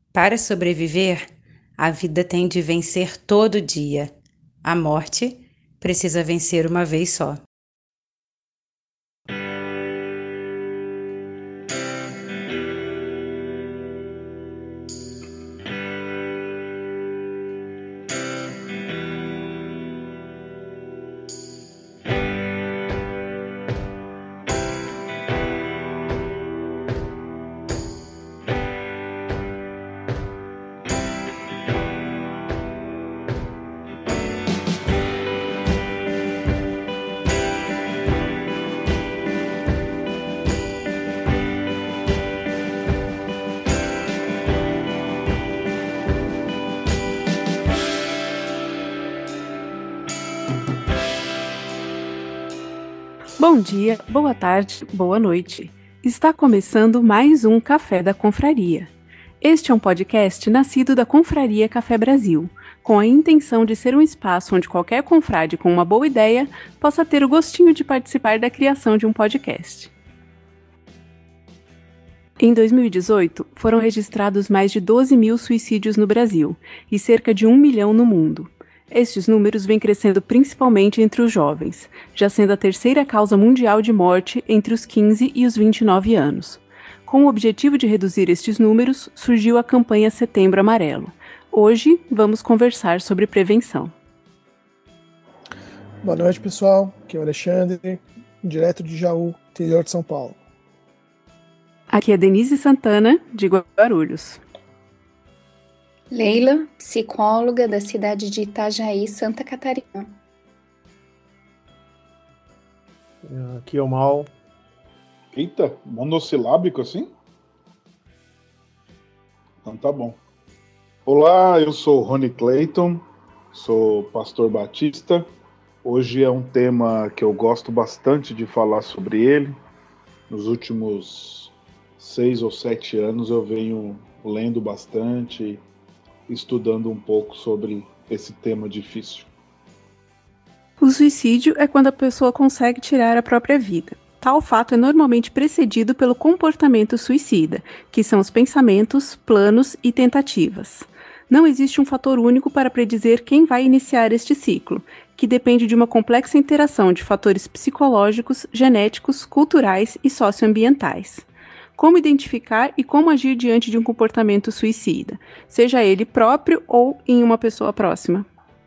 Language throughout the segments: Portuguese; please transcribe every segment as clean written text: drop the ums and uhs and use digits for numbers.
Para sobreviver, a vida tem de vencer todo dia. A morte precisa vencer uma vez só. Bom dia, boa tarde, boa noite. Está começando mais um Café da Confraria. Este é um podcast nascido da Confraria Café Brasil, com a intenção de ser um espaço onde qualquer confrade com uma boa ideia possa ter o gostinho de participar da criação de um podcast. Em 2018, foram registrados mais de 12 mil suicídios no Brasil e cerca de 1 milhão no mundo. Estes números vêm crescendo principalmente entre os jovens, já sendo a terceira causa mundial de morte entre os 15 e os 29 anos. Com o objetivo de reduzir estes números, surgiu a campanha Setembro Amarelo. Hoje, vamos conversar sobre prevenção. Boa noite, pessoal. Aqui é o Alexandre, direto de Jaú, interior de São Paulo. Aqui é Denise Santana, de Guarulhos. Leila, psicóloga da cidade de Itajaí, Santa Catarina. Aqui é o Mal. Eita, monossilábico assim? Então tá bom. Olá, eu sou Rony Clayton, sou pastor batista. Hoje é um tema que eu gosto bastante de falar sobre ele. Nos últimos 6 ou 7 anos eu venho lendo bastante, estudando um pouco sobre esse tema difícil. O suicídio é quando a pessoa consegue tirar a própria vida. Tal fato é normalmente precedido pelo comportamento suicida, que são os pensamentos, planos e tentativas. Não existe um fator único para predizer quem vai iniciar este ciclo, que depende de uma complexa interação de fatores psicológicos, genéticos, culturais e socioambientais. Como identificar e como agir diante de um comportamento suicida, seja ele próprio ou em uma pessoa próxima?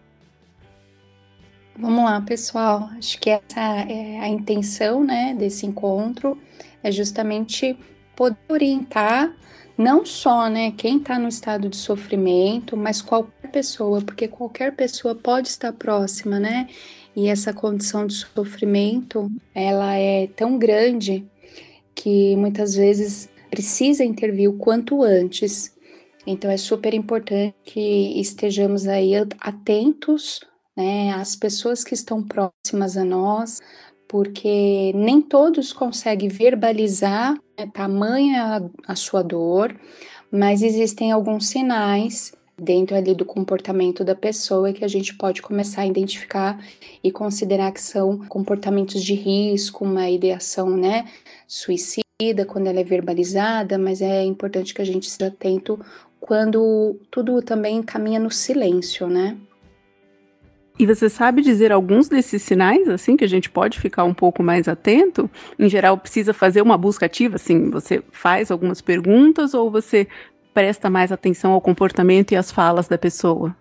Vamos lá, pessoal. Acho que essa é a intenção, né, desse encontro, é justamente poder orientar não só, né, quem está no estado de sofrimento, mas qualquer pessoa, porque qualquer pessoa pode estar próxima, né? E essa condição de sofrimento, ela é tão grande que muitas vezes precisa intervir o quanto antes. Então é super importante que estejamos aí atentos, né, às pessoas que estão próximas a nós, porque nem todos conseguem verbalizar, né, tamanha a sua dor, mas existem alguns sinais dentro ali do comportamento da pessoa que a gente pode começar a identificar e considerar que são comportamentos de risco, uma ideação, né, suicida quando ela é verbalizada, mas é importante que a gente esteja atento quando tudo também caminha no silêncio, né? E você sabe dizer alguns desses sinais, assim, que a gente pode ficar um pouco mais atento? Em geral, precisa fazer uma busca ativa, assim, você faz algumas perguntas ou você presta mais atenção ao comportamento e às falas da pessoa?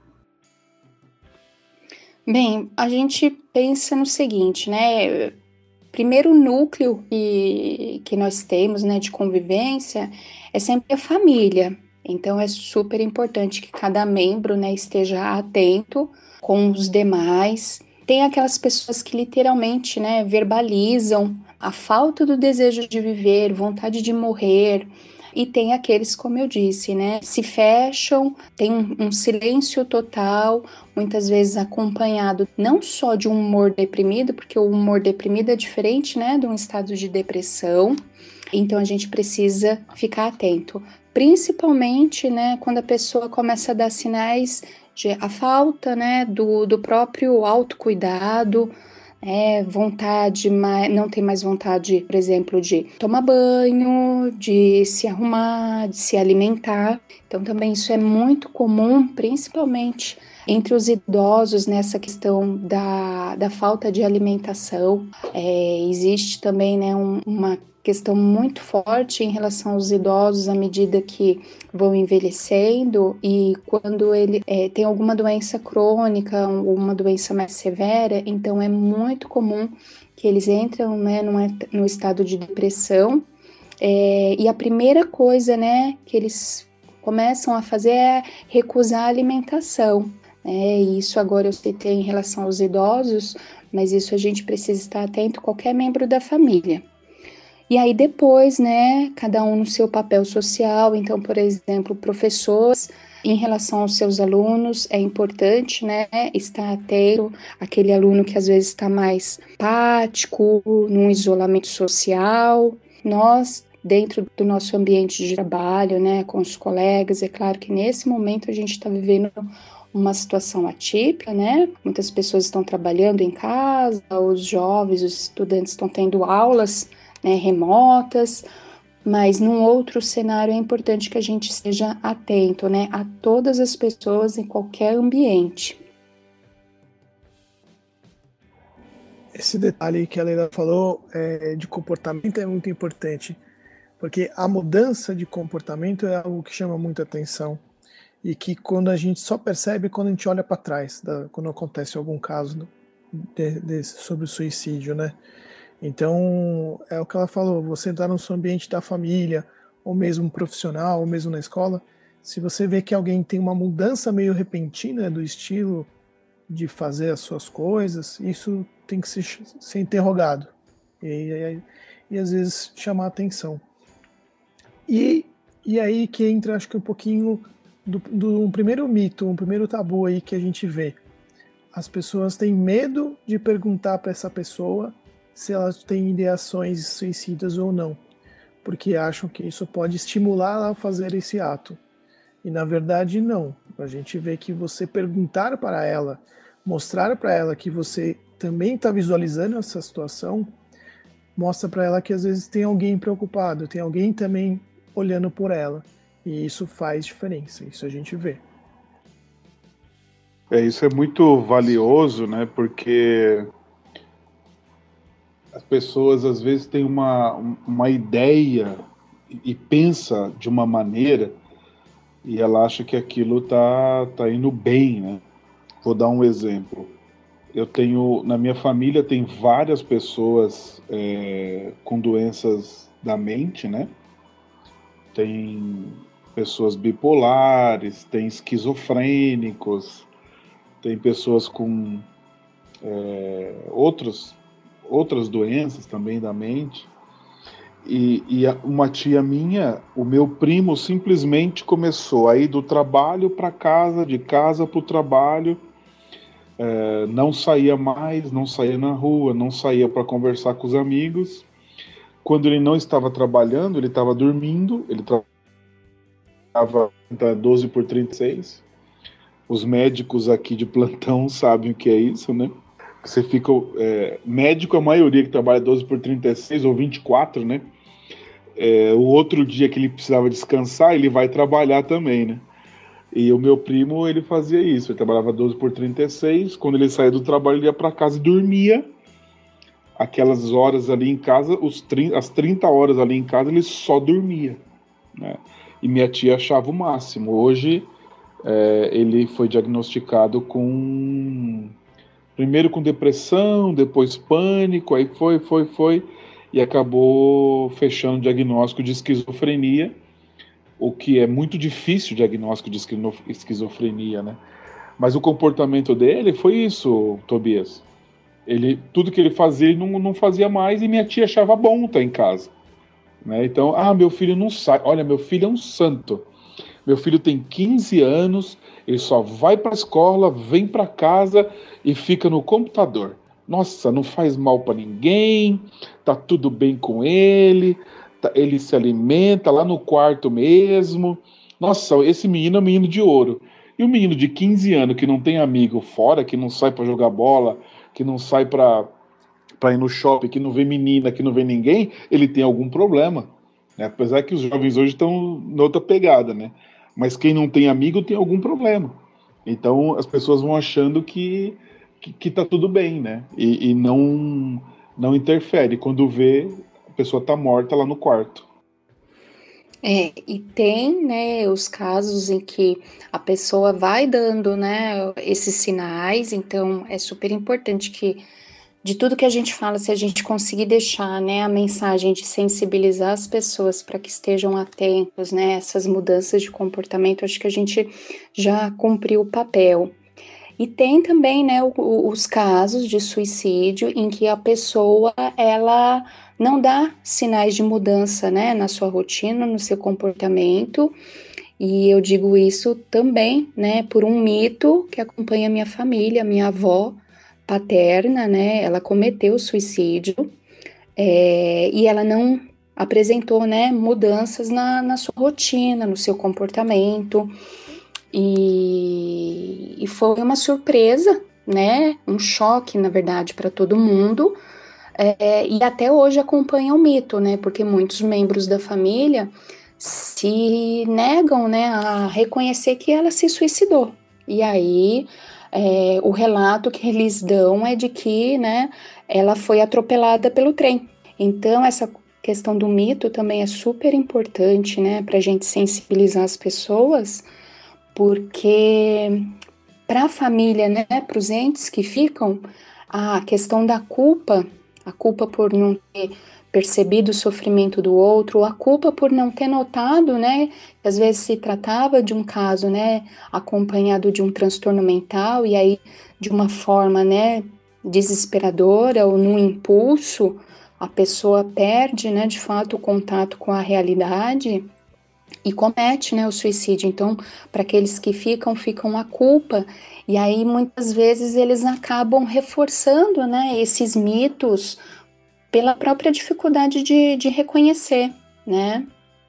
Bem, a gente pensa no seguinte, né? Primeiro núcleo que nós temos, né, de convivência é sempre a família. Então é super importante que cada membro, né, esteja atento com os demais. Tem aquelas pessoas que literalmente, né, verbalizam a falta do desejo de viver, vontade de morrer. E tem aqueles, como eu disse, né, se fecham, tem um silêncio total, muitas vezes acompanhado não só de um humor deprimido, porque o humor deprimido é diferente, né, de um estado de depressão. Então a gente precisa ficar atento, principalmente, né, quando a pessoa começa a dar sinais de a falta, né, do próprio autocuidado, vontade, não tem mais vontade, por exemplo, de tomar banho, de se arrumar, de se alimentar. Então também isso é muito comum, principalmente entre os idosos, nessa questão da falta de alimentação. Existe também, né, uma questão muito forte em relação aos idosos à medida que vão envelhecendo, e quando ele tem alguma doença crônica ou uma doença mais severa, então é muito comum que eles entram, né, no estado de depressão, e a primeira coisa, né, que eles começam a fazer é recusar a alimentação. E isso agora eu citei em relação aos idosos, mas isso a gente precisa estar atento, qualquer membro da família. E aí depois, né, cada um no seu papel social. Então, por exemplo, professores, em relação aos seus alunos, é importante, né, estar atento àquele aluno que às vezes está mais apático, num isolamento social. Nós, dentro do nosso ambiente de trabalho, né, com os colegas, é claro que nesse momento a gente está vivendo uma situação atípica, né? Muitas pessoas estão trabalhando em casa, os jovens, os estudantes estão tendo aulas, né, remotas, mas num outro cenário é importante que a gente esteja atento, né, a todas as pessoas em qualquer ambiente. Esse detalhe que a Leila falou de comportamento é muito importante, porque a mudança de comportamento é algo que chama muita atenção e que quando a gente só percebe quando a gente olha para trás, quando acontece algum caso sobre o suicídio, né? Então, é o que ela falou, você entrar no seu ambiente da família, ou mesmo profissional, ou mesmo na escola, se você vê que alguém tem uma mudança meio repentina do estilo de fazer as suas coisas, isso tem que ser interrogado e às vezes chamar atenção. E aí que entra, acho que um pouquinho do primeiro mito, um primeiro tabu aí que a gente vê. As pessoas têm medo de perguntar para essa pessoa se elas têm ideações suicidas ou não, porque acham que isso pode estimulá-la a fazer esse ato. E na verdade não. A gente vê que você perguntar para ela, mostrar para ela que você também está visualizando essa situação, mostra para ela que às vezes tem alguém preocupado, tem alguém também olhando por ela. E isso faz diferença, isso a gente vê. Isso é muito valioso, né? Porque as pessoas às vezes têm uma ideia e pensa de uma maneira e ela acha que aquilo tá indo bem, né? Vou dar um exemplo. Na minha família tem várias pessoas com doenças da mente, né? Tem pessoas bipolares, tem esquizofrênicos, tem pessoas com outras doenças também da mente. E uma tia minha, o meu primo, simplesmente começou a ir do trabalho para casa, de casa para o trabalho, não saía mais, não saía na rua, não saía para conversar com os amigos. Quando ele não estava trabalhando, ele estava dormindo, ele estava 12 por 36. Os médicos aqui de plantão sabem o que é isso, né? Você fica... médico, a maioria que trabalha 12 por 36 ou 24, né? O outro dia que ele precisava descansar, ele vai trabalhar também, né? E o meu primo, ele fazia isso. Ele trabalhava 12 por 36. Quando ele saía do trabalho, ele ia para casa e dormia. Aquelas horas ali em casa, as 30 horas ali em casa, ele só dormia, né? E minha tia achava o máximo. Hoje, ele foi diagnosticado primeiro com depressão, depois pânico, aí foi, e acabou fechando o diagnóstico de esquizofrenia, o que é muito difícil, o diagnóstico de esquizofrenia, né? Mas o comportamento dele foi isso, Tobias. Tudo que ele fazia, ele não fazia mais, e minha tia achava bom estar em casa, né? Então, meu filho não sai. Olha, meu filho é um santo. Meu filho tem 15 anos, ele só vai para a escola, vem para casa e fica no computador. Nossa, não faz mal para ninguém, tá tudo bem com ele, ele se alimenta lá no quarto mesmo. Nossa, esse menino é um menino de ouro. E o menino de 15 anos que não tem amigo fora, que não sai para jogar bola, que não sai para para ir no shopping, que não vê menina, que não vê ninguém, ele tem algum problema, né? Apesar que os jovens hoje estão noutra pegada, né? Mas quem não tem amigo tem algum problema. Então as pessoas vão achando que tá tudo bem, né? E não interfere. Quando vê, a pessoa tá morta lá no quarto. E tem, né, os casos em que a pessoa vai dando, né, esses sinais, então é super importante que, de tudo que a gente fala, se a gente conseguir deixar, né, a mensagem de sensibilizar as pessoas para que estejam atentos, né, essas mudanças de comportamento, acho que a gente já cumpriu o papel. E tem também, né, os casos de suicídio em que a pessoa, ela não dá sinais de mudança, né, na sua rotina, no seu comportamento, e eu digo isso também, né, por um mito que acompanha a minha família, minha avó paterna, né, ela cometeu suicídio, e ela não apresentou, né, mudanças na sua rotina, no seu comportamento, e foi uma surpresa, né, um choque, na verdade, para todo mundo, e até hoje acompanha o mito, né, porque muitos membros da família se negam, né, a reconhecer que ela se suicidou, e aí o relato que eles dão é de que, né, ela foi atropelada pelo trem. Então, essa questão do mito também é super importante, né, para a gente sensibilizar as pessoas, porque para a família, né, para os entes que ficam, a questão da culpa, a culpa por não ter percebido o sofrimento do outro, a culpa por não ter notado, né, que às vezes se tratava de um caso, né, acompanhado de um transtorno mental, e aí de uma forma, né, desesperadora ou num impulso, a pessoa perde, né, de fato o contato com a realidade e comete, né, o suicídio. Então, para aqueles que ficam a culpa, e aí muitas vezes eles acabam reforçando, né, esses mitos pela própria dificuldade de reconhecer, né?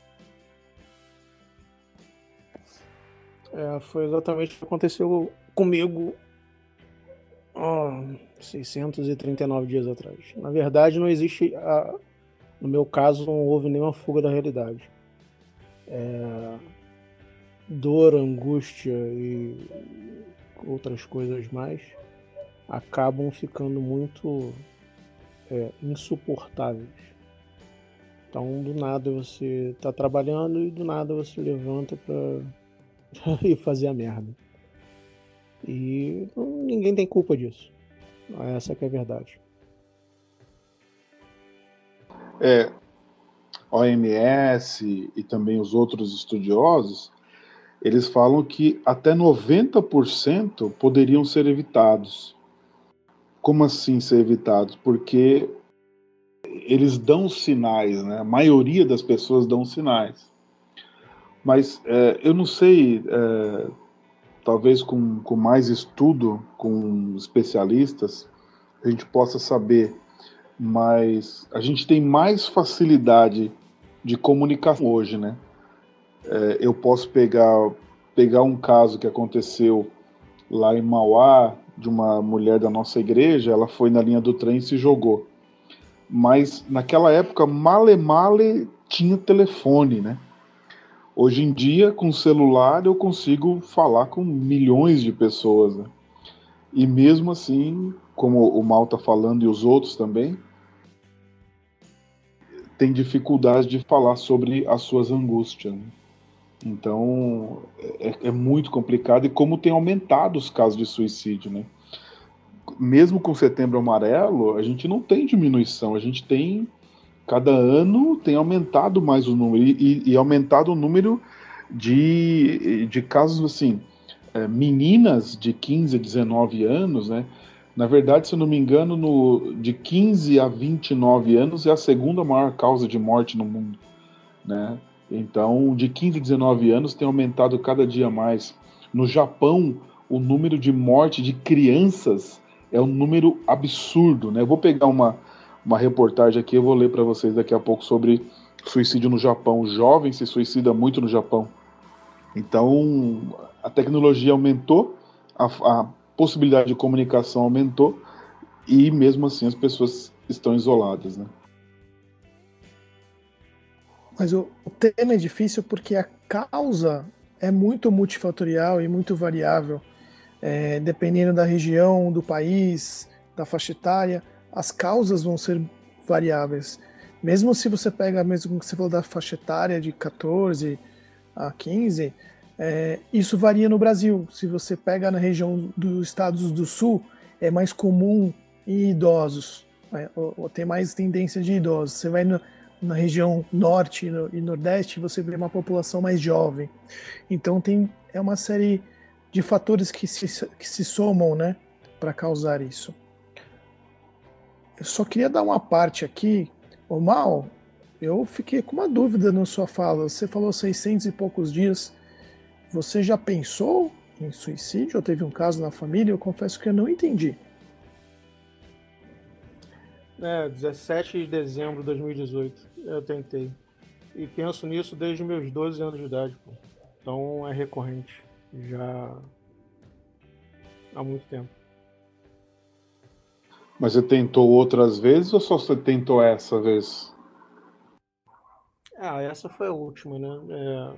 Foi exatamente o que aconteceu comigo 639 dias atrás. Na verdade, não existe, no meu caso, não houve nenhuma fuga da realidade. Dor, angústia e outras coisas mais acabam ficando muito insuportáveis. Então, do nada você tá trabalhando e do nada você levanta pra ir fazer a merda. E ninguém tem culpa disso. Essa que é a verdade. OMS e também os outros estudiosos, eles falam que até 90% poderiam ser evitados. Como assim ser evitados? Porque eles dão sinais, né? A maioria das pessoas dão sinais. Mas eu não sei, talvez com mais estudo, com especialistas, a gente possa saber, mas a gente tem mais facilidade de comunicação hoje, né? Eu posso pegar um caso que aconteceu lá em Mauá, de uma mulher da nossa igreja, ela foi na linha do trem e se jogou. Mas naquela época, male tinha telefone, né? Hoje em dia, com o celular, eu consigo falar com milhões de pessoas, né? E mesmo assim, como o Mal tá falando e os outros também, tem dificuldade de falar sobre as suas angústias, né? Então, é muito complicado, e como tem aumentado os casos de suicídio, né? Mesmo com o Setembro Amarelo, a gente não tem diminuição, a gente tem, cada ano tem aumentado mais o número, e aumentado o número de casos, assim, meninas de 15 a 19 anos, né? Na verdade, se eu não me engano, de 15 a 29 anos é a segunda maior causa de morte no mundo, né? Então, de 15 a 19 anos tem aumentado cada dia mais. No Japão, o número de morte de crianças é um número absurdo, né? Eu vou pegar uma reportagem aqui, eu vou ler para vocês daqui a pouco sobre suicídio no Japão. O jovem se suicida muito no Japão. Então, a tecnologia aumentou, a possibilidade de comunicação aumentou, e mesmo assim as pessoas estão isoladas, né? Mas o tema é difícil porque a causa é muito multifatorial e muito variável. Dependendo da região, do país, da faixa etária, as causas vão ser variáveis. Mesmo se você pega, mesmo que você falou da faixa etária de 14 a 15, isso varia no Brasil. Se você pega na região dos estados do sul, é mais comum em idosos, ou tem mais tendência de idosos. Você vai na região norte e nordeste, você vê uma população mais jovem. Então é uma série de fatores que se somam, né, para causar isso. Eu só queria dar uma parte aqui. Ô Mal, eu fiquei com uma dúvida na sua fala. Você falou 600 e poucos dias. Você já pensou em suicídio ou teve um caso na família? Eu confesso que eu não entendi. 17 de dezembro de 2018 eu tentei. E penso nisso desde meus 12 anos de idade, pô. Então é recorrente. Já há muito tempo. Mas você tentou outras vezes ou só você tentou essa vez? Essa foi a última, né?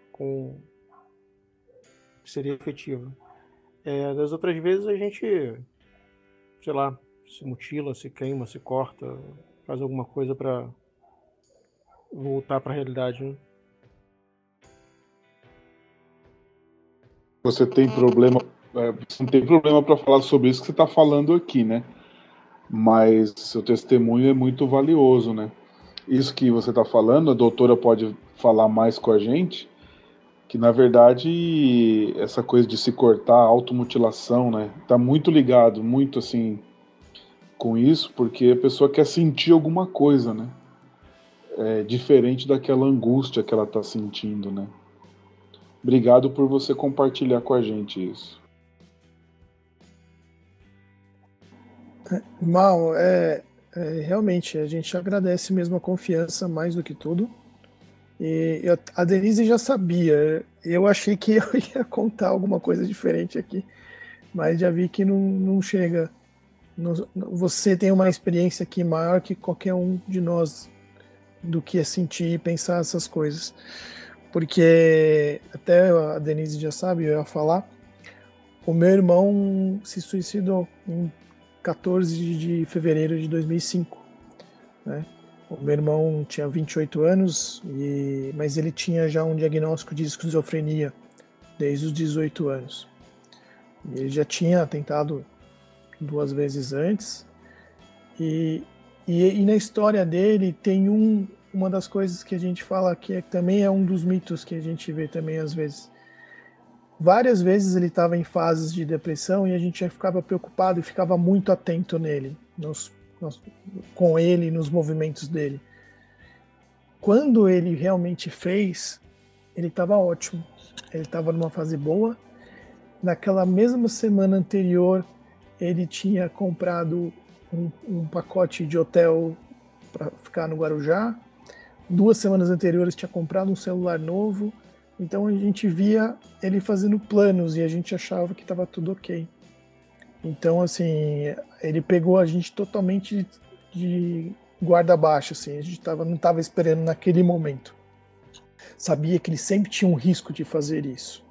Seria efetiva. Das outras vezes a gente, sei lá, se mutila, se queima, se corta, faz alguma coisa para voltar para a realidade, né? Você tem problema, você não tem problema para falar sobre isso que você está falando aqui, né? Mas seu testemunho é muito valioso, né? Isso que você está falando, a doutora pode falar mais com a gente, que na verdade essa coisa de se cortar, automutilação, né? Tá muito ligado, muito assim, com isso, porque a pessoa quer sentir alguma coisa, né? Diferente daquela angústia que ela tá sentindo, né? Obrigado por você compartilhar com a gente isso. Mal, realmente, a gente agradece mesmo a confiança mais do que tudo. E a Denise já sabia. Eu achei que eu ia contar alguma coisa diferente aqui, mas já vi que não chega. Você tem uma experiência aqui maior que qualquer um de nós do que é sentir e pensar essas coisas. Porque até a Denise já sabe, eu ia falar, o meu irmão se suicidou em 14 de fevereiro de 2005, né? O meu irmão tinha 28 anos, mas ele tinha já um diagnóstico de esquizofrenia desde os 18 anos. Ele já tinha tentado 2 vezes antes. E na história dele tem uma das coisas que a gente fala que também é um dos mitos que a gente vê também às vezes. Várias vezes ele estava em fases de depressão e a gente já ficava preocupado e ficava muito atento nele, com ele, nos movimentos dele. Quando ele realmente fez, ele estava ótimo. Ele estava numa fase boa. Naquela mesma semana anterior, ele tinha comprado um pacote de hotel para ficar no Guarujá. 2 semanas anteriores tinha comprado um celular novo. Então a gente via ele fazendo planos e a gente achava que estava tudo ok. Então, assim, ele pegou a gente totalmente de guarda baixa, assim, a gente não estava esperando naquele momento. Sabia que ele sempre tinha um risco de fazer isso.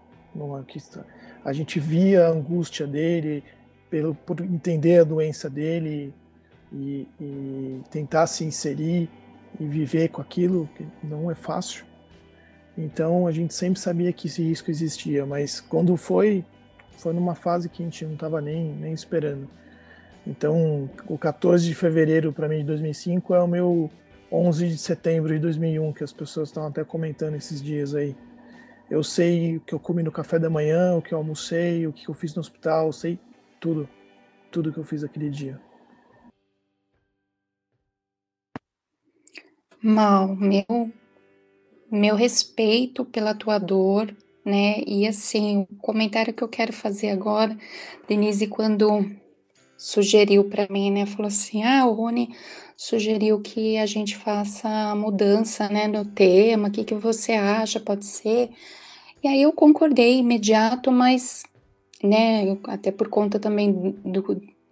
A gente via a angústia dele por entender a doença dele e tentar se inserir e viver com aquilo, que não é fácil. Então a gente sempre sabia que esse risco existia, mas quando foi numa fase que a gente não estava nem esperando. Então o 14 de fevereiro para mim de 2005 é o meu 11 de setembro de 2001, que as pessoas estão até comentando esses dias aí. Eu sei o que eu comi no café da manhã, o que eu almocei, o que eu fiz no hospital, eu sei tudo que eu fiz aquele dia. Mal, meu respeito pela tua dor, né? E assim, o comentário que eu quero fazer agora, Denise, quando sugeriu para mim, né? Falou assim: o Rony sugeriu que a gente faça a mudança, né, no tema, o que você acha, pode ser? E aí eu concordei imediato, mas, né, até por conta também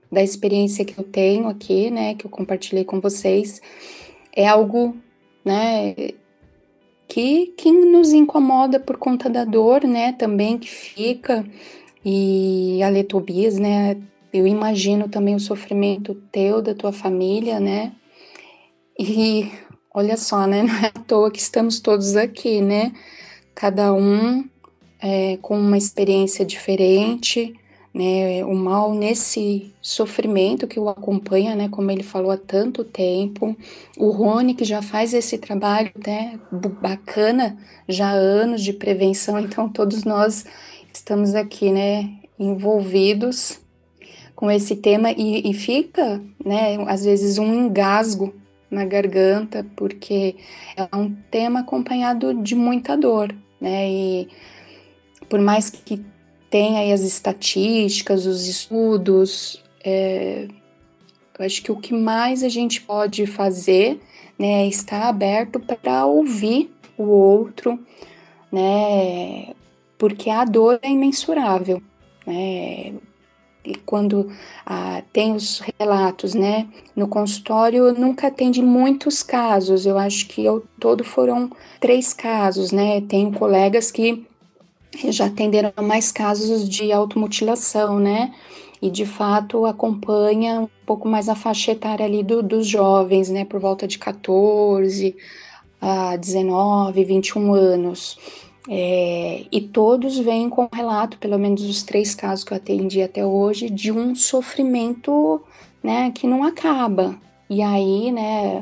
da experiência que eu tenho aqui, né, que eu compartilhei com vocês, é algo, né, que nos incomoda por conta da dor, né, também que fica, e a Tobias, né, eu imagino também o sofrimento teu, da tua família, né, e olha só, né, não é à toa que estamos todos aqui, né, cada um com uma experiência diferente, né, o Mal nesse sofrimento que o acompanha, né, como ele falou, há tanto tempo, o Rony que já faz esse trabalho, né, bacana, já há anos de prevenção, então todos nós estamos aqui, né, envolvidos com esse tema e fica, né, às vezes um engasgo na garganta, porque é um tema acompanhado de muita dor, né, e por mais que tenha aí as estatísticas, os estudos, eu acho que o que mais a gente pode fazer, né, é estar aberto para ouvir o outro, né, porque a dor é imensurável, né, e quando tem os relatos, né, no consultório nunca atende muitos casos, eu acho que ao todo foram 3 casos, né, tenho colegas que já atenderam mais casos de automutilação, né? E de fato acompanha um pouco mais a faixa etária ali dos jovens, né? Por volta de 14 a 19, 21 anos. E todos vêm com relato, pelo menos os 3 casos que eu atendi até hoje, de um sofrimento, né, que não acaba. E aí, né,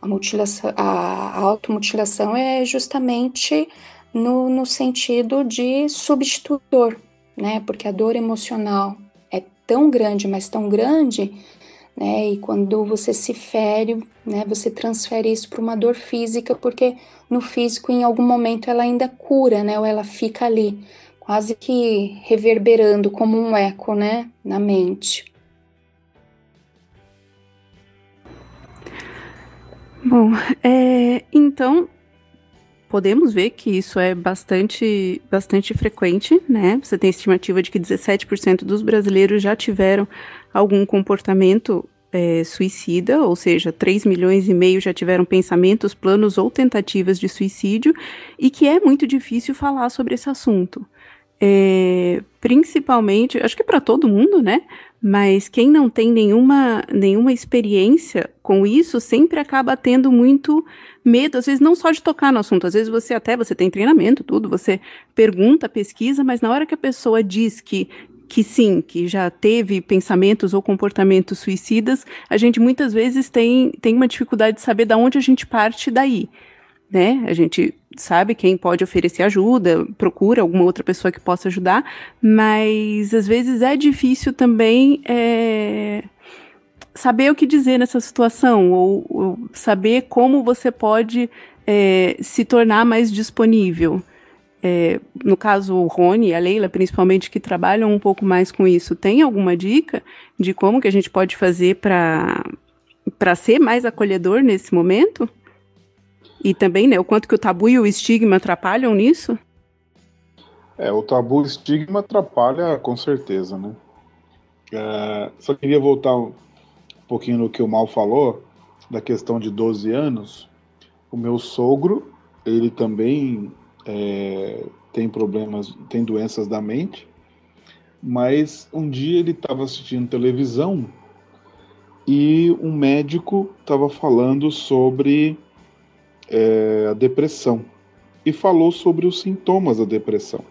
a automutilação é justamente no sentido de substitutor, né? Porque a dor emocional é tão grande, mas tão grande, né? E quando você se fere, né? Você transfere isso para uma dor física, porque no físico, em algum momento, ela ainda cura, né? Ou ela fica ali, quase que reverberando como um eco, né? Na mente. Bom, então podemos ver que isso é bastante frequente, né? Você tem estimativa de que 17% dos brasileiros já tiveram algum comportamento suicida, ou seja, 3,5 milhões já tiveram pensamentos, planos ou tentativas de suicídio, e que é muito difícil falar sobre esse assunto. Principalmente, acho que para todo mundo, né? Mas quem não tem nenhuma experiência com isso sempre acaba tendo muito medo, às vezes não só de tocar no assunto, às vezes você tem treinamento, tudo, você pergunta, pesquisa, mas na hora que a pessoa diz que sim, que já teve pensamentos ou comportamentos suicidas, a gente muitas vezes tem uma dificuldade de saber de onde a gente parte daí, né? A gente sabe quem pode oferecer ajuda, procura alguma outra pessoa que possa ajudar, mas às vezes é difícil também saber o que dizer nessa situação, ou saber como você pode se tornar mais disponível. No caso, o Rony e a Leila, principalmente, que trabalham um pouco mais com isso, tem alguma dica de como que a gente pode fazer para ser mais acolhedor nesse momento? E também, né, o quanto que o tabu e o estigma atrapalham nisso? O tabu e o estigma atrapalha com certeza, né? Só queria voltar um pouquinho no que o Mal falou, da questão de 12 anos. O meu sogro, ele também tem problemas, tem doenças da mente, mas um dia ele estava assistindo televisão e um médico estava falando sobre a depressão e falou sobre os sintomas da depressão.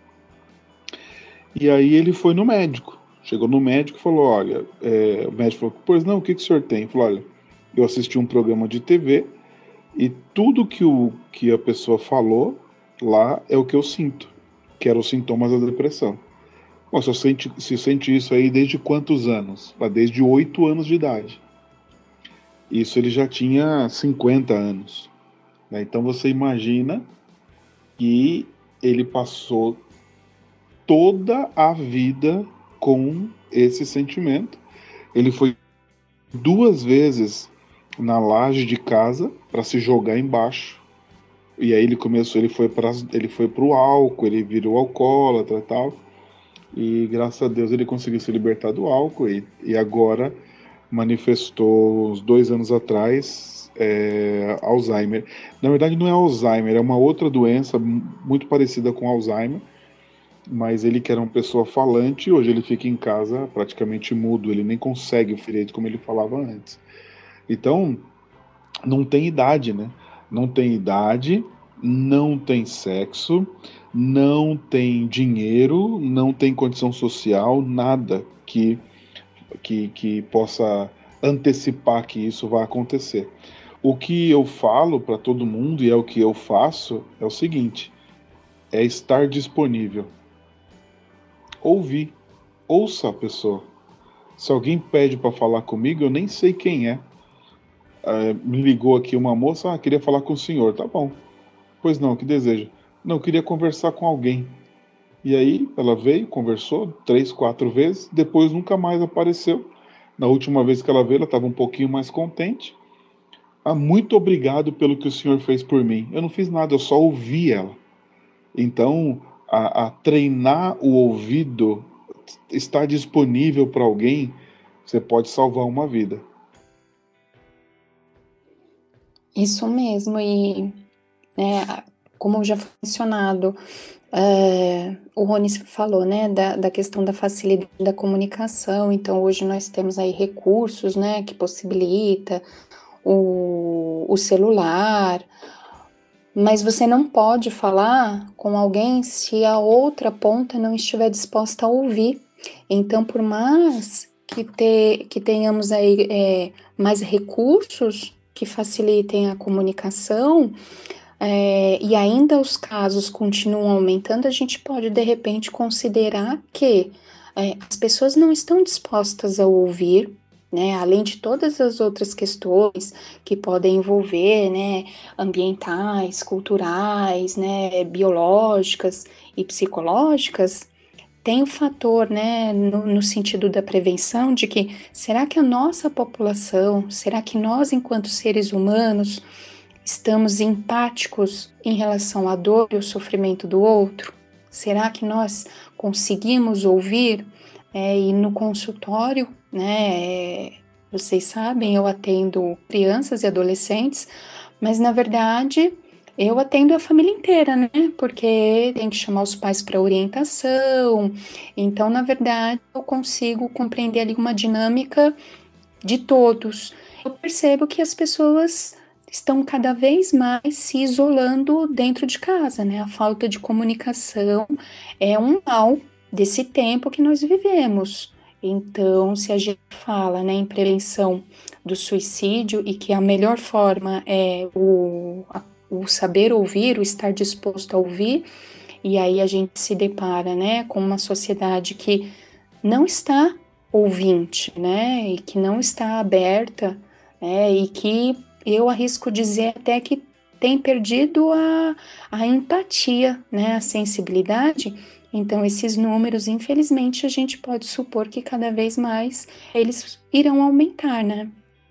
E aí ele foi no médico, chegou no médico e falou, olha, o médico falou, pois não, o que o senhor tem? Ele falou, olha, eu assisti um programa de TV e tudo que a pessoa falou lá é o que eu sinto, que eram os sintomas da depressão. Bom, se sente isso aí desde quantos anos? Desde 8 anos de idade. Isso ele já tinha 50 anos. Então você imagina que ele passou toda a vida com esse sentimento. Ele foi 2 vezes na laje de casa para se jogar embaixo. E aí ele foi para o álcool, ele virou alcoólatra e tal. e graças a Deus ele conseguiu se libertar do álcool e agora manifestou uns 2 anos atrás Alzheimer. Na verdade não é Alzheimer, é uma outra doença muito parecida com Alzheimer, mas ele que era uma pessoa falante, hoje ele fica em casa praticamente mudo, ele nem consegue direito como ele falava antes. Então, não tem idade, né? Não tem idade, não tem sexo, não tem dinheiro, não tem condição social, nada que possa antecipar que isso vai acontecer. O que eu falo para todo mundo, e é o que eu faço, é o seguinte: é estar disponível. Ouvir. Ouça a pessoa. Se alguém pede para falar comigo, eu nem sei quem é. Me ligou aqui uma moça, queria falar com o senhor. Tá bom. Pois não, que deseja? Não, queria conversar com alguém. E aí ela veio, conversou 3, 4 vezes, depois nunca mais apareceu. Na última vez que ela veio, ela estava um pouquinho mais contente. Muito obrigado pelo que o senhor fez por mim. Eu não fiz nada, eu só ouvi ela. Então, a treinar o ouvido, estar disponível para alguém, você pode salvar uma vida. Isso mesmo, e como já foi mencionado, o Rony falou, né, da questão da facilidade da comunicação. Então hoje nós temos aí recursos, né, que possibilita o celular, mas você não pode falar com alguém se a outra ponta não estiver disposta a ouvir. Então, por mais que tenhamos aí mais recursos que facilitem a comunicação, e ainda os casos continuam aumentando, a gente pode, de repente, considerar que as pessoas não estão dispostas a ouvir, né, além de todas as outras questões que podem envolver, né, ambientais, culturais, né, biológicas e psicológicas. Tem o fator, né, no sentido da prevenção, de que será que a nossa população, será que nós, enquanto seres humanos, estamos empáticos em relação à dor e ao sofrimento do outro? Será que nós conseguimos ouvir? E no consultório, né, vocês sabem, eu atendo crianças e adolescentes, mas na verdade eu atendo a família inteira, né? Porque tem que chamar os pais para orientação. Então, na verdade, eu consigo compreender ali uma dinâmica de todos. Eu percebo que as pessoas estão cada vez mais se isolando dentro de casa, né? A falta de comunicação é um mal desse tempo que nós vivemos. Então, se a gente fala, né, em prevenção do suicídio e que a melhor forma é o saber ouvir, o estar disposto a ouvir, e aí a gente se depara, né, com uma sociedade que não está ouvinte, né, e que não está aberta, e que eu arrisco dizer até que tem perdido a empatia, né, a sensibilidade. Então, esses números, infelizmente, a gente pode supor que cada vez mais eles irão aumentar, né?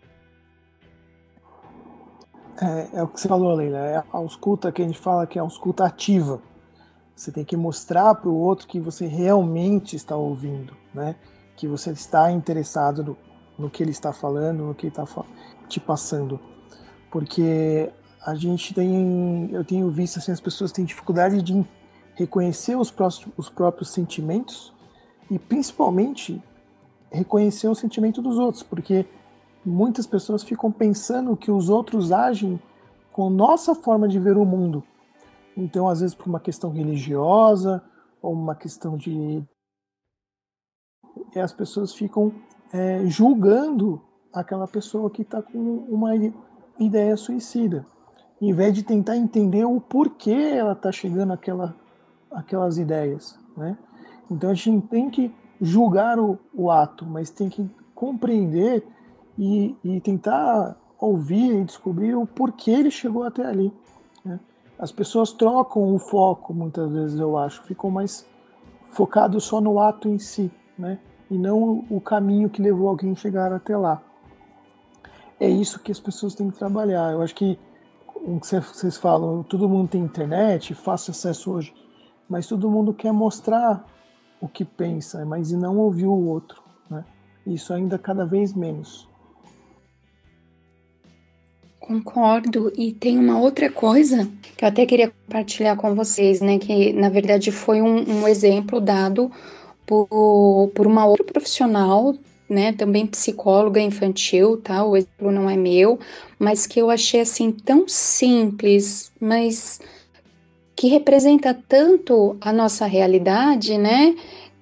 É o que você falou, Leila. É a ausculta que a gente fala que é a ausculta ativa. Você tem que mostrar para o outro que você realmente está ouvindo, né? Que você está interessado no que ele está falando, no que ele está te passando. Porque eu tenho visto assim, as pessoas têm dificuldade de reconhecer os próprios sentimentos e principalmente reconhecer o sentimento dos outros, porque muitas pessoas ficam pensando que os outros agem com nossa forma de ver o mundo. Então, às vezes, por uma questão religiosa ou uma questão de... as pessoas ficam julgando aquela pessoa que está com uma ideia suicida, em vez de tentar entender o porquê ela está chegando àquelas ideias, né? Então, a gente não tem que julgar o ato, mas tem que compreender e tentar ouvir e descobrir o porquê ele chegou até ali, né? As pessoas trocam o foco, muitas vezes, eu acho, ficam mais focados só no ato em si, né? E não o caminho que levou alguém a chegar até lá. É isso que as pessoas têm que trabalhar. Eu acho que o que vocês falam, todo mundo tem internet, fácil acesso hoje, mas todo mundo quer mostrar o que pensa, mas não ouvir o outro, né? Isso ainda cada vez menos. Concordo. E tem uma outra coisa que eu até queria compartilhar com vocês, né? Que na verdade foi um exemplo dado por uma outra profissional, né? Também psicóloga infantil, tá? O exemplo não é meu, mas que eu achei assim tão simples, mas que representa tanto a nossa realidade, né?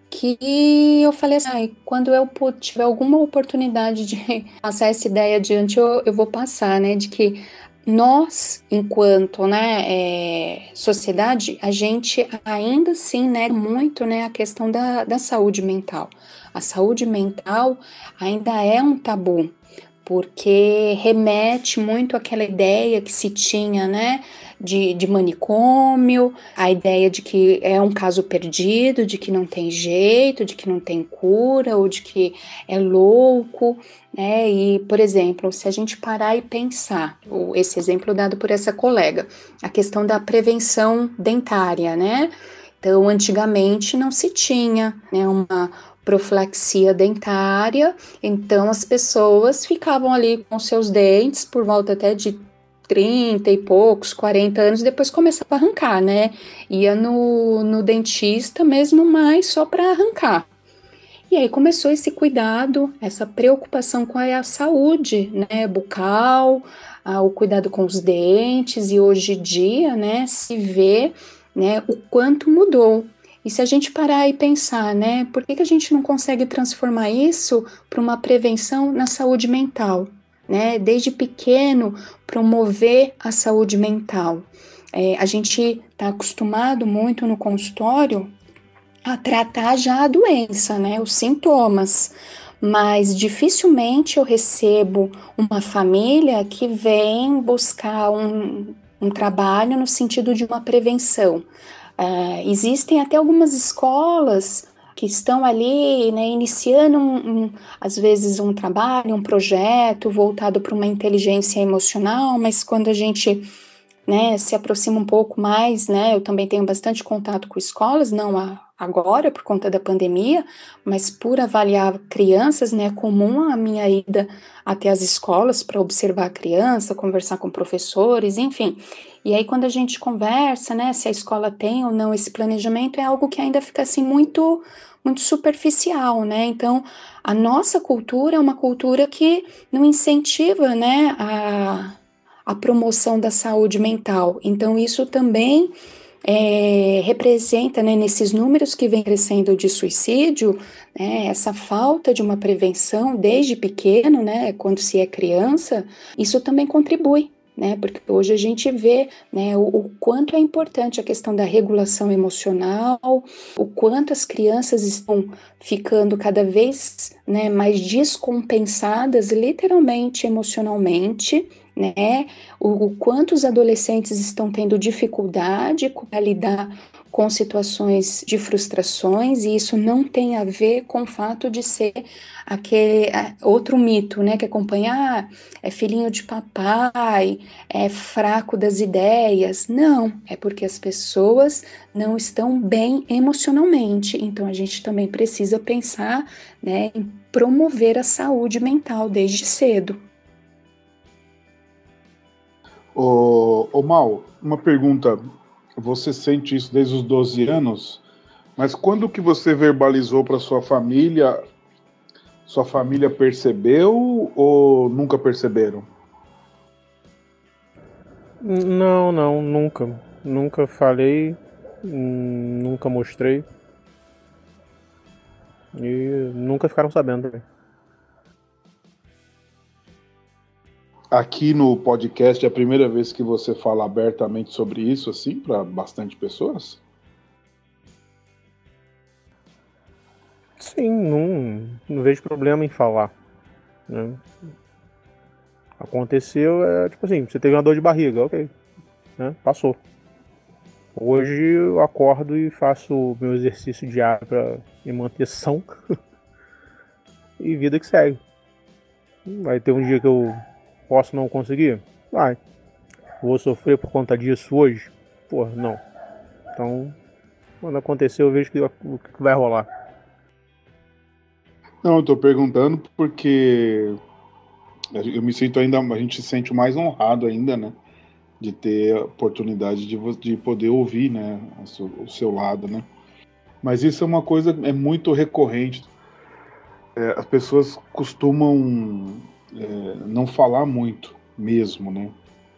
Que eu falei assim, quando eu tiver alguma oportunidade de passar essa ideia adiante, eu vou passar, né, de que nós, enquanto, né, sociedade, a gente ainda assim, né, muito, né, a questão da saúde mental. A saúde mental ainda é um tabu, porque remete muito àquela ideia que se tinha, né, de manicômio, a ideia de que é um caso perdido, de que não tem jeito, de que não tem cura, ou de que é louco, né? E, por exemplo, se a gente parar e pensar, esse exemplo dado por essa colega, a questão da prevenção dentária, né? Então, antigamente não se tinha, né, uma profilaxia dentária, então as pessoas ficavam ali com seus dentes por volta até de 30 e poucos, 40 anos, depois começava a arrancar, né? Ia no dentista mesmo, mas só para arrancar. E aí começou esse cuidado, essa preocupação com a saúde, né, bucal, o cuidado com os dentes, e hoje em dia, né, se vê, né, o quanto mudou. E se a gente parar e pensar, né, por que a gente não consegue transformar isso para uma prevenção na saúde mental, né, desde pequeno promover a saúde mental. A gente está acostumado muito no consultório a tratar já a doença, né, os sintomas, mas dificilmente eu recebo uma família que vem buscar um trabalho no sentido de uma prevenção. Existem até algumas escolas que estão ali, né, iniciando às vezes um trabalho, um projeto voltado para uma inteligência emocional, mas quando a gente, né, se aproxima um pouco mais, né, eu também tenho bastante contato com escolas, não agora por conta da pandemia, mas por avaliar crianças, né, é comum a minha ida até as escolas para observar a criança, conversar com professores, enfim. E aí quando a gente conversa, né, se a escola tem ou não esse planejamento, é algo que ainda fica assim muito superficial, né? Então, a nossa cultura é uma cultura que não incentiva, né, a promoção da saúde mental. Então, isso também representa, né, nesses números que vem crescendo de suicídio, né, essa falta de uma prevenção desde pequeno, né, quando se é criança, isso também contribui, né, porque hoje a gente vê, né, o quanto é importante a questão da regulação emocional, o quanto as crianças estão ficando cada vez, né, mais descompensadas, literalmente, emocionalmente, né, o quanto os adolescentes estão tendo dificuldade para lidar com situações de frustrações, e isso não tem a ver com o fato de ser aquele outro mito, né, que acompanha, é filhinho de papai, é fraco das ideias. Não, é porque as pessoas não estão bem emocionalmente, então a gente também precisa pensar, né, em promover a saúde mental desde cedo. Ô Mal, uma pergunta. Você sente isso desde os 12 anos, mas quando que você verbalizou para sua família percebeu ou nunca perceberam? Não, nunca. Nunca falei, nunca mostrei. E nunca ficaram sabendo também. Aqui no podcast é a primeira vez que você fala abertamente sobre isso, assim, para bastante pessoas? Sim, não vejo problema em falar, né? Aconteceu, tipo assim, você teve uma dor de barriga, ok, né? Passou. Hoje eu acordo e faço o meu exercício diário para me manter são e vida que segue. Vai ter um dia que eu posso não conseguir? Vai. Vou sofrer por conta disso hoje? Porra, não. Então, Quando acontecer, eu vejo o que vai rolar. Não, eu tô perguntando porque eu me sinto ainda, a gente se sente mais honrado ainda, né? De ter a oportunidade de poder ouvir, né? O seu lado, né? Mas isso é uma coisa, é muito recorrente. As pessoas costumam não falar muito mesmo, né?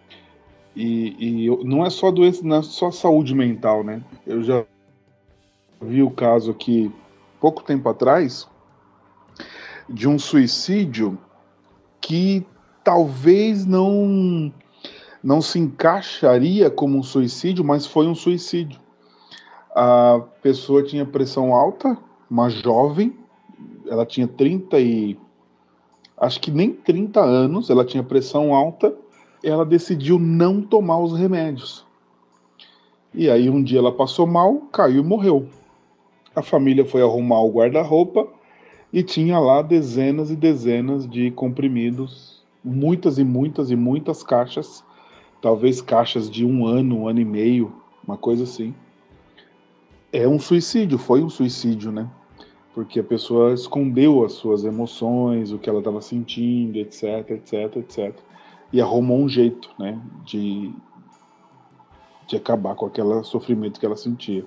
E não é só doença, não é só saúde mental, né? Eu já vi o caso aqui, pouco tempo atrás, de um suicídio que talvez não se encaixaria como um suicídio, mas foi um suicídio. A pessoa tinha pressão alta, uma jovem, ela tinha acho que nem 30 anos, ela tinha pressão alta, ela decidiu não tomar os remédios. E aí um dia ela passou mal, caiu e morreu. A família foi arrumar o guarda-roupa e tinha lá dezenas e dezenas de comprimidos, muitas e muitas e muitas caixas, talvez caixas de 1 ano, 1 ano e meio, uma coisa assim. É um suicídio, foi um suicídio, né? Porque a pessoa escondeu as suas emoções, o que ela estava sentindo, etc, etc, etc. E arrumou um jeito, né, de acabar com aquele sofrimento que ela sentia.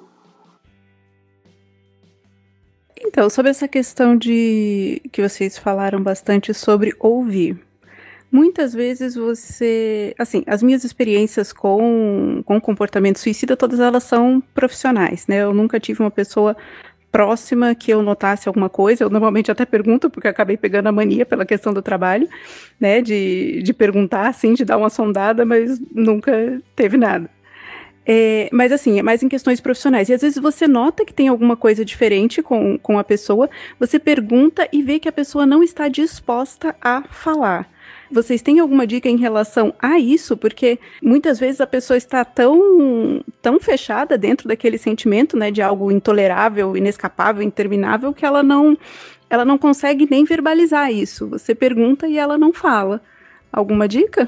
Então, sobre essa questão de que vocês falaram bastante sobre ouvir. Muitas vezes você... Assim, as minhas experiências com comportamento suicida, todas elas são profissionais, né? Eu nunca tive uma pessoa próxima que eu notasse alguma coisa. Eu normalmente até pergunto, porque eu acabei pegando a mania pela questão do trabalho, né? De perguntar, assim, de dar uma sondada, mas nunca teve nada. Mas assim, é mais em questões profissionais. E às vezes você nota que tem alguma coisa diferente com a pessoa, você pergunta e vê que a pessoa não está disposta a falar. Vocês têm alguma dica em relação a isso? Porque muitas vezes a pessoa está tão fechada dentro daquele sentimento, né, de algo intolerável, inescapável, interminável, que ela não consegue nem verbalizar isso. Você pergunta e ela não fala. Alguma dica?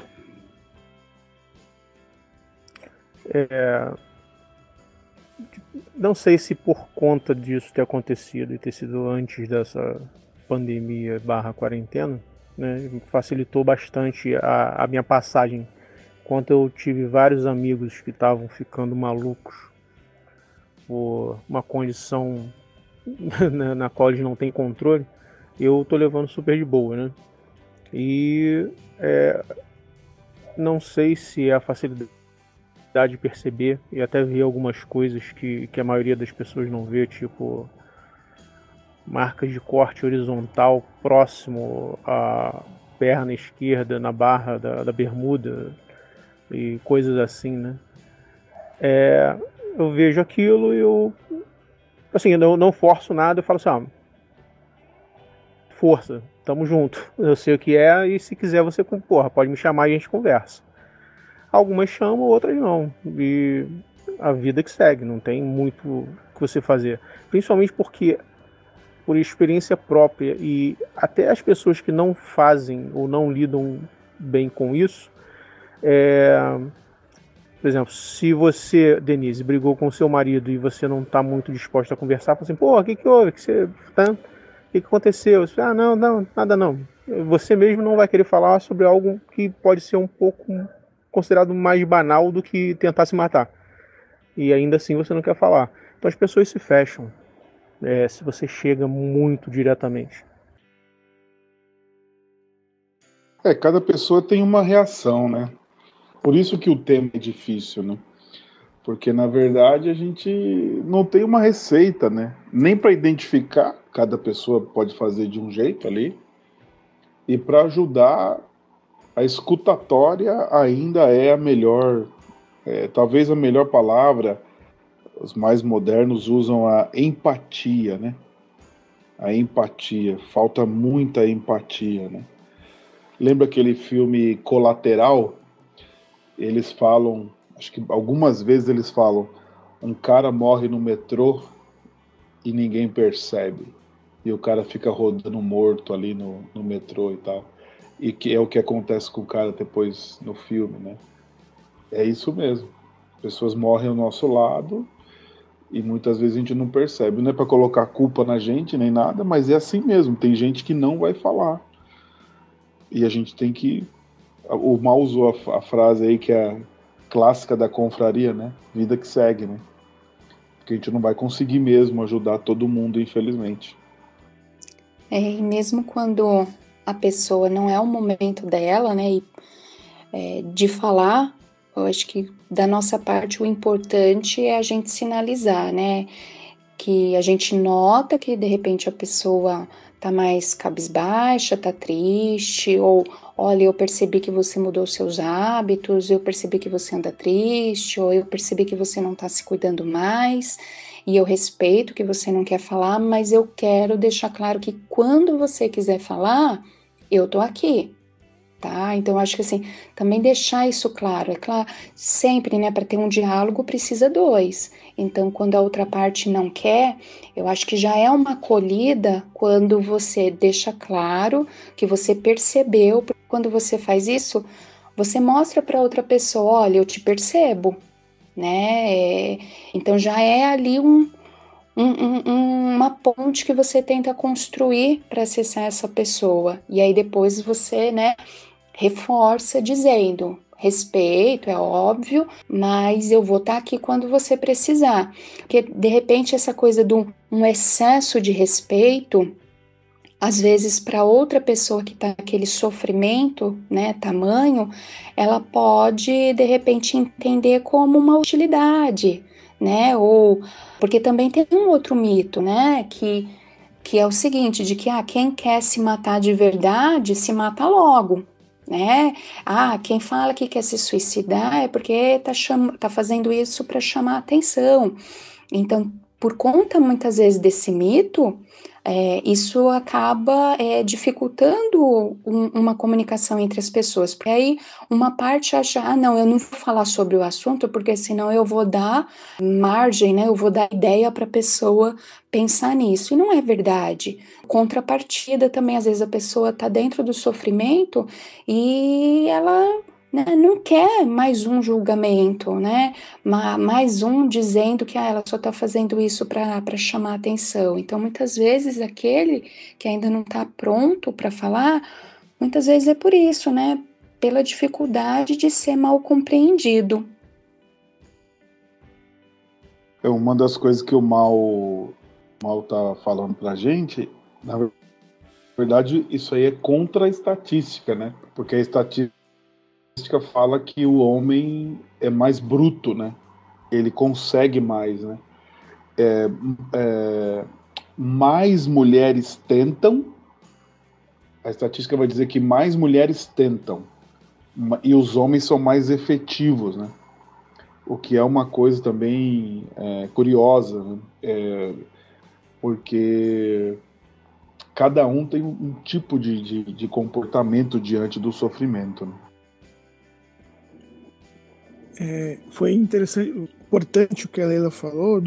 Não sei se por conta disso ter acontecido e ter sido antes dessa pandemia / quarentena, né, facilitou bastante a minha passagem. Enquanto eu tive vários amigos que estavam ficando malucos por uma condição na qual eles não têm controle, eu tô levando super de boa, né? E não sei se é a facilidade de perceber e até ver algumas coisas que a maioria das pessoas não vê, tipo marcas de corte horizontal próximo à perna esquerda, na barra da bermuda e coisas assim, né? Eu vejo aquilo e eu não forço nada, eu falo assim, força, tamo junto, eu sei o que é e se quiser você, pode me chamar e a gente conversa. Algumas chamam, outras não. E a vida que segue, não tem muito o que você fazer. Principalmente porque, por experiência própria, e até as pessoas que não fazem ou não lidam bem com isso, por exemplo, se você, Denise, brigou com seu marido e você não está muito disposta a conversar, fala assim, o que houve? O que aconteceu? Você, não, nada não. Você mesmo não vai querer falar sobre algo que pode ser um pouco considerado mais banal do que tentar se matar. E ainda assim você não quer falar. Então as pessoas se fecham se você chega muito diretamente. Cada pessoa tem uma reação, né? Por isso que o tema é difícil, né? Porque, na verdade, a gente não tem uma receita, né? Nem para identificar, cada pessoa pode fazer de um jeito ali. E para ajudar, a escutatória ainda é a melhor, talvez a melhor palavra. Os mais modernos usam a empatia, né? A empatia, falta muita empatia, né? Lembra aquele filme Colateral? Eles falam, acho que algumas vezes eles falam, um cara morre no metrô e ninguém percebe. E o cara fica rodando morto ali no metrô e tal. E que é o que acontece com o cara depois no filme, né? É isso mesmo. Pessoas morrem ao nosso lado E muitas vezes a gente não percebe. Não é para colocar culpa na gente nem nada, mas é assim mesmo. Tem gente que não vai falar. E a gente tem que... O Mal usou a frase aí que é a clássica da confraria, né? Vida que segue, né? Porque a gente não vai conseguir mesmo ajudar todo mundo, infelizmente. E mesmo quando a pessoa não é o momento dela, né, de falar, eu acho que da nossa parte o importante é a gente sinalizar, né, que a gente nota que de repente a pessoa tá mais cabisbaixa, tá triste, ou olha, eu percebi que você mudou seus hábitos, eu percebi que você anda triste, ou eu percebi que você não tá se cuidando mais, e eu respeito que você não quer falar, mas eu quero deixar claro que quando você quiser falar, eu tô aqui. Tá? Então, acho que assim, também deixar isso claro. É claro, sempre, né, para ter um diálogo precisa dois. Então, quando a outra parte não quer, eu acho que já é uma acolhida quando você deixa claro que você percebeu, porque quando você faz isso, você mostra para outra pessoa, olha, eu te percebo, né? Então, já é ali uma ponte que você tenta construir para acessar essa pessoa. E aí depois você, né, reforça dizendo, respeito, é óbvio, mas eu vou estar aqui quando você precisar. Porque, de repente, essa coisa de um excesso de respeito, às vezes, para outra pessoa que está naquele sofrimento, né, tamanho, ela pode, de repente, entender como uma utilidade, né, ou... Porque também tem um outro mito, né, que é o seguinte, de que quem quer se matar de verdade, se mata logo. Né? Quem fala que quer se suicidar é porque tá fazendo isso para chamar atenção. Então, por conta muitas vezes desse mito, isso acaba dificultando uma comunicação entre as pessoas, porque aí uma parte acha, não, eu não vou falar sobre o assunto, porque senão eu vou dar margem, né? Eu vou dar ideia para a pessoa pensar nisso, e não é verdade. Contrapartida também, às vezes a pessoa está dentro do sofrimento e ela, né, não quer mais um julgamento, né? Mais um dizendo que ela só está fazendo isso para chamar atenção. Então, muitas vezes, aquele que ainda não está pronto para falar, muitas vezes é por isso, né? Pela dificuldade de ser mal compreendido. Uma das coisas que o Mal tá falando pra gente, na verdade, isso aí é contra a estatística, né? Porque a estatística fala que o homem é mais bruto, né? Ele consegue mais, né? Mais mulheres tentam, a estatística vai dizer que mais mulheres tentam, e os homens são mais efetivos, né? O que é uma coisa também curiosa, né? Porque cada um tem um tipo de comportamento diante do sofrimento, né? Foi interessante, importante o que a Leila falou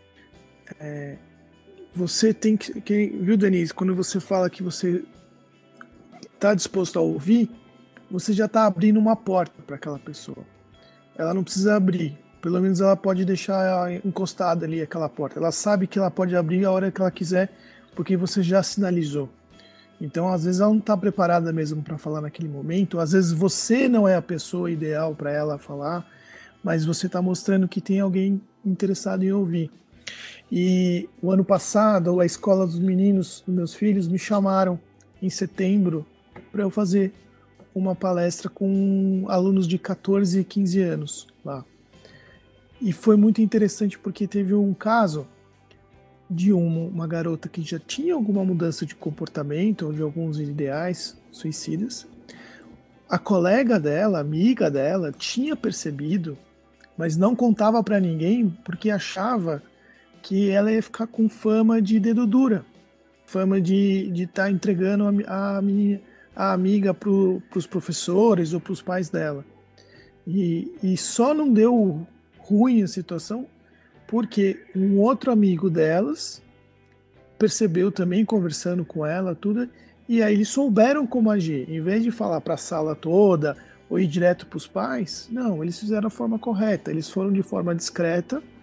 você tem que, viu, Denise, quando você fala que você está disposto a ouvir, você já está abrindo uma porta para aquela pessoa. Ela não precisa abrir, pelo menos ela pode deixar encostada ali aquela porta. Ela sabe que ela pode abrir a hora que ela quiser, porque você já sinalizou. Então, às vezes ela não está preparada mesmo para falar naquele momento. Às vezes você não é a pessoa ideal para ela falar, mas você está mostrando que tem alguém interessado em ouvir. E o ano passado, a escola dos meninos, dos meus filhos, me chamaram em setembro para eu fazer uma palestra com alunos de 14 e 15 anos lá. E foi muito interessante porque teve um caso de uma garota que já tinha alguma mudança de comportamento ou de alguns ideais suicidas. A colega dela, amiga dela, tinha percebido, mas não contava para ninguém porque achava que ela ia ficar com fama de dedo dura, fama de estar entregando a amiga para os professores ou para os pais dela. E só não deu ruim a situação porque um outro amigo delas percebeu também, conversando com ela, tudo, e aí eles souberam como agir. Em vez de falar para a sala toda ou ir direto para os pais, não, eles fizeram a forma correta. Eles foram de forma discreta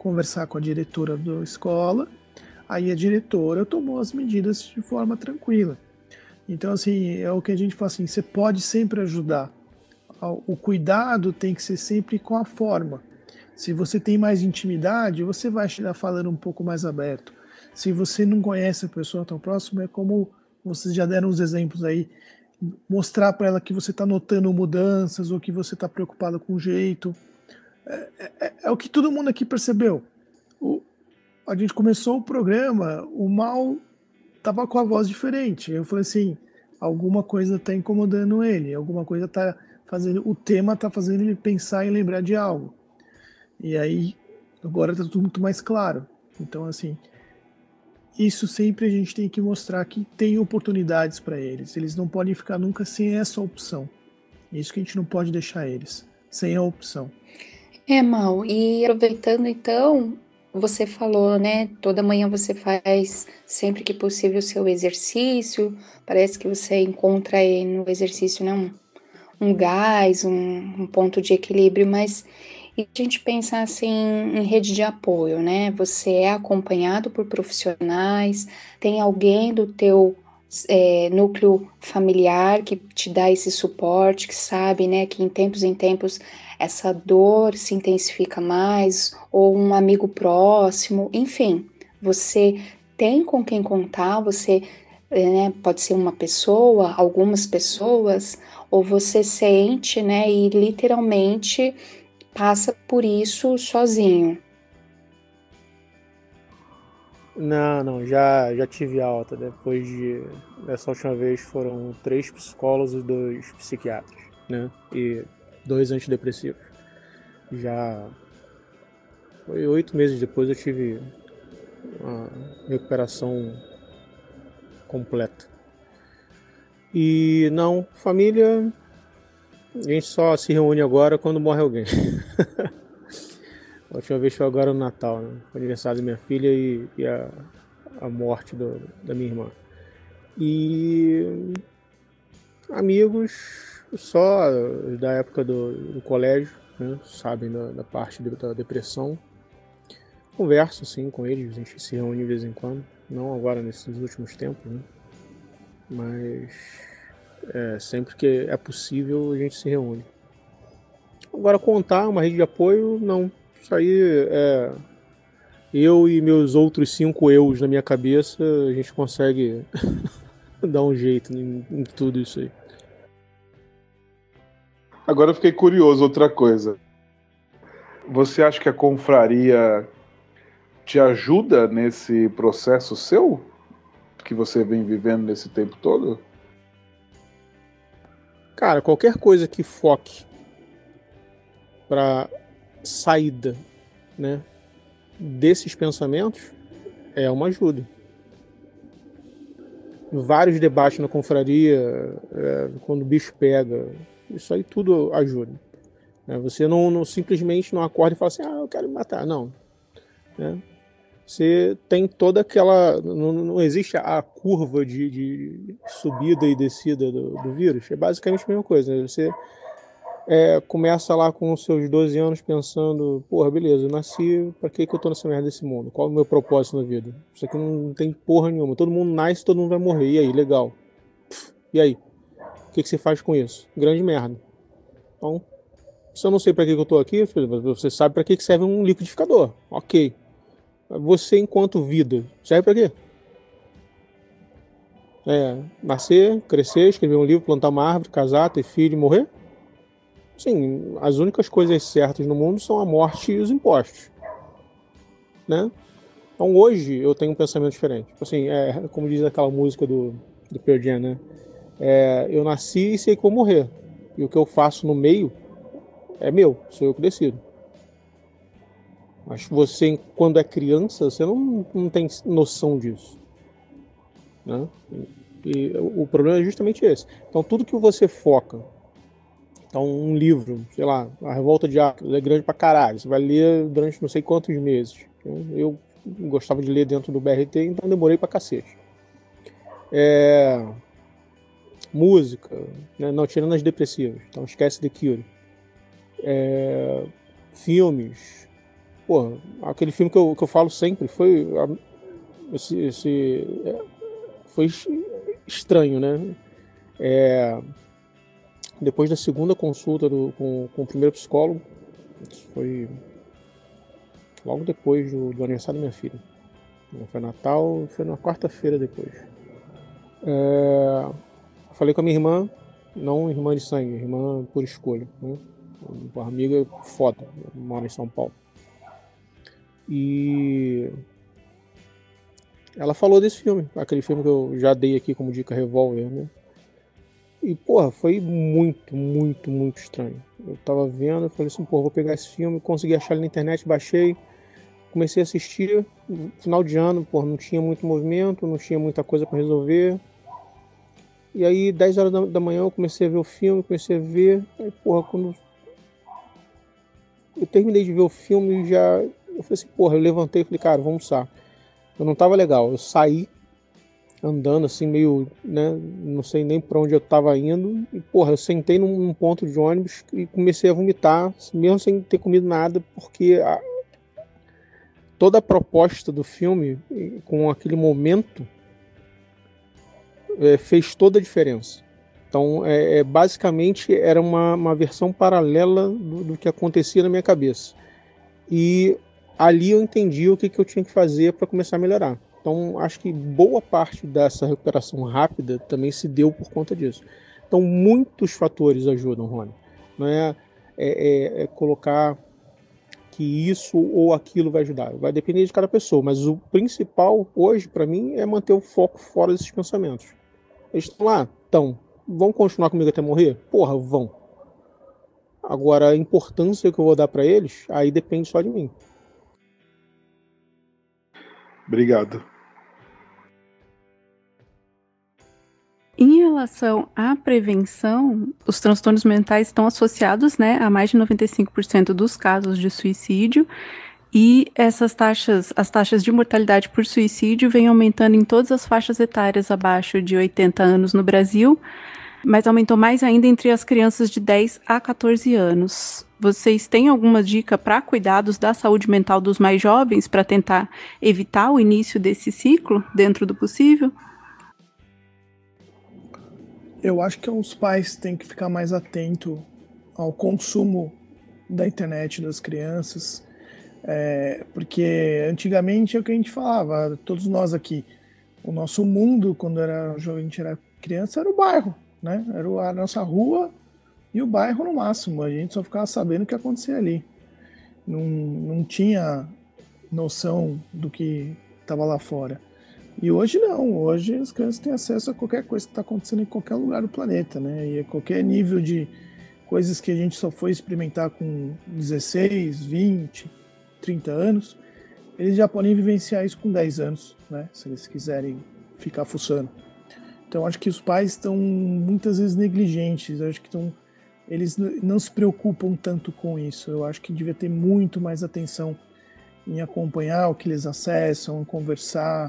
conversar com a diretora da escola, aí a diretora tomou as medidas de forma tranquila. Então, assim, é o que a gente fala assim, você pode sempre ajudar. O cuidado tem que ser sempre com a forma. Se você tem mais intimidade, você vai estar falando um pouco mais aberto. Se você não conhece a pessoa tão próxima, é como vocês já deram uns exemplos aí, mostrar para ela que você está notando mudanças ou que você está preocupado com o jeito. É o que todo mundo aqui percebeu. A gente começou o programa, o Mal estava com a voz diferente. Eu falei assim, alguma coisa está incomodando ele, alguma coisa está fazendo, o tema está fazendo ele pensar e lembrar de algo. E aí, agora está tudo muito mais claro. Então, assim, isso sempre a gente tem que mostrar que tem oportunidades para eles. Eles não podem ficar nunca sem essa opção. É isso que a gente não pode deixar eles, sem a opção. Mal, e aproveitando então, você falou, né, toda manhã você faz, sempre que possível, o seu exercício, parece que você encontra aí no exercício, né, um gás, um ponto de equilíbrio, mas e a gente pensa assim em rede de apoio, né, você é acompanhado por profissionais, tem alguém do teu núcleo familiar que te dá esse suporte, que sabe, né, que em tempos essa dor se intensifica mais, ou um amigo próximo, enfim, você tem com quem contar, você, né, pode ser uma pessoa, algumas pessoas, ou você sente, né, e literalmente passa por isso sozinho. Não, já tive alta. Depois dessa última vez foram 3 psicólogos e 2 psiquiatras, né? E 2 antidepressivos. Já foi 8 meses depois eu tive uma recuperação completa. E não, família, a gente só se reúne agora quando morre alguém. A última vez foi agora no Natal, né? O aniversário da minha filha e a morte da minha irmã. E amigos só da época do colégio, né? Sabem da parte da depressão. Converso assim com eles, a gente se reúne de vez em quando. Não agora nesses últimos tempos, né? Mas sempre que é possível a gente se reúne. Agora contar uma rede de apoio, não. Isso aí eu e meus outros 5 eus na minha cabeça, a gente consegue dar um jeito em tudo isso aí. Agora eu fiquei curioso, outra coisa. Você acha que a confraria te ajuda nesse processo seu? Que você vem vivendo nesse tempo todo? Cara, qualquer coisa que foque para saída, né, desses pensamentos é uma ajuda. Vários debates na confraria, quando o bicho pega, isso aí tudo ajuda. Você não simplesmente não acorda e fala assim, eu quero me matar, não. Você tem toda aquela... Não existe a curva de subida e descida do vírus. É basicamente a mesma coisa. Você começa lá com os seus 12 anos pensando, porra, beleza, eu nasci, pra que eu tô nessa merda desse mundo? Qual é o meu propósito na vida? Isso aqui não tem porra nenhuma. Todo mundo nasce, todo mundo vai morrer. E aí, legal. E aí? O que você faz com isso? Grande merda. Então, se eu não sei pra que eu tô aqui, você sabe pra que serve um liquidificador. Ok. Você, enquanto vida, serve pra quê? Nascer, crescer, escrever um livro, plantar uma árvore, casar, ter filho e morrer? Sim, as únicas coisas certas no mundo são a morte e os impostos, né? Então hoje eu tenho um pensamento diferente. Assim, como diz aquela música do Pearl Jam, né? Eu nasci e sei que vou morrer. E o que eu faço no meio é meu, sou eu que decido. Mas você, quando é criança, você não tem noção disso, né? E o problema é justamente esse. Então tudo que você foca, então um livro, sei lá, A Revolta de Atlas, é grande pra caralho, você vai ler durante não sei quantos meses. Eu gostava de ler dentro do BRT, então demorei pra cacete. Música, né? Não, tirando as depressivas, então esquece The Cure. Filmes, Pô, aquele filme que eu falo sempre foi foi estranho, né? Depois da segunda consulta com o primeiro psicólogo, isso foi logo depois do aniversário da minha filha. Foi Natal, foi na quarta-feira depois. Eu falei com a minha irmã, não irmã de sangue, irmã por escolha, né? Uma amiga foda, mora em São Paulo. E ela falou desse filme, aquele filme que eu já dei aqui como dica, Revolver, né? E, porra, foi muito, muito, muito estranho. Eu tava vendo, eu falei assim, vou pegar esse filme, consegui achar ele na internet, baixei, comecei a assistir. No final de ano, não tinha muito movimento, não tinha muita coisa pra resolver. E aí, 10 horas da manhã, eu comecei a ver o filme, comecei a ver. Aí, quando eu terminei de ver o filme, eu falei assim, eu levantei e falei, cara, vamos almoçar. Eu não tava legal, eu saí andando assim meio, né, não sei nem pra onde eu tava indo, e eu sentei num ponto de ônibus e comecei a vomitar, mesmo sem ter comido nada, porque toda a proposta do filme, com aquele momento, fez toda a diferença. Então, basicamente, era uma versão paralela do que acontecia na minha cabeça. E ali eu entendi o que eu tinha que fazer para começar a melhorar. Então, acho que boa parte dessa recuperação rápida também se deu por conta disso. Então, muitos fatores ajudam, Rony. Não é colocar que isso ou aquilo vai ajudar. Vai depender de cada pessoa. Mas o principal hoje, para mim, é manter o foco fora desses pensamentos. Eles estão lá? Estão. Vão continuar comigo até morrer? Vão. Agora, a importância que eu vou dar para eles, aí depende só de mim. Obrigado. Em relação à prevenção, os transtornos mentais estão associados, né, a mais de 95% dos casos de suicídio, e as taxas de mortalidade por suicídio vêm aumentando em todas as faixas etárias abaixo de 80 anos no Brasil, mas aumentou mais ainda entre as crianças de 10 a 14 anos. Vocês têm alguma dica para cuidados da saúde mental dos mais jovens para tentar evitar o início desse ciclo dentro do possível? Eu acho que os pais têm que ficar mais atentos ao consumo da internet das crianças, porque antigamente é o que a gente falava, todos nós aqui, o nosso mundo, quando a gente era criança, era o bairro, né? Era a nossa rua e o bairro no máximo, a gente só ficava sabendo o que acontecia ali. Não tinha noção do que estava lá fora. E hoje não, hoje as crianças têm acesso a qualquer coisa que está acontecendo em qualquer lugar do planeta, né? E a qualquer nível de coisas que a gente só foi experimentar com 16, 20, 30 anos, eles já podem vivenciar isso com 10 anos, né? Se eles quiserem ficar fuçando. Então acho que os pais estão muitas vezes negligentes, acho que eles não se preocupam tanto com isso. Eu acho que devia ter muito mais atenção em acompanhar o que eles acessam, conversar.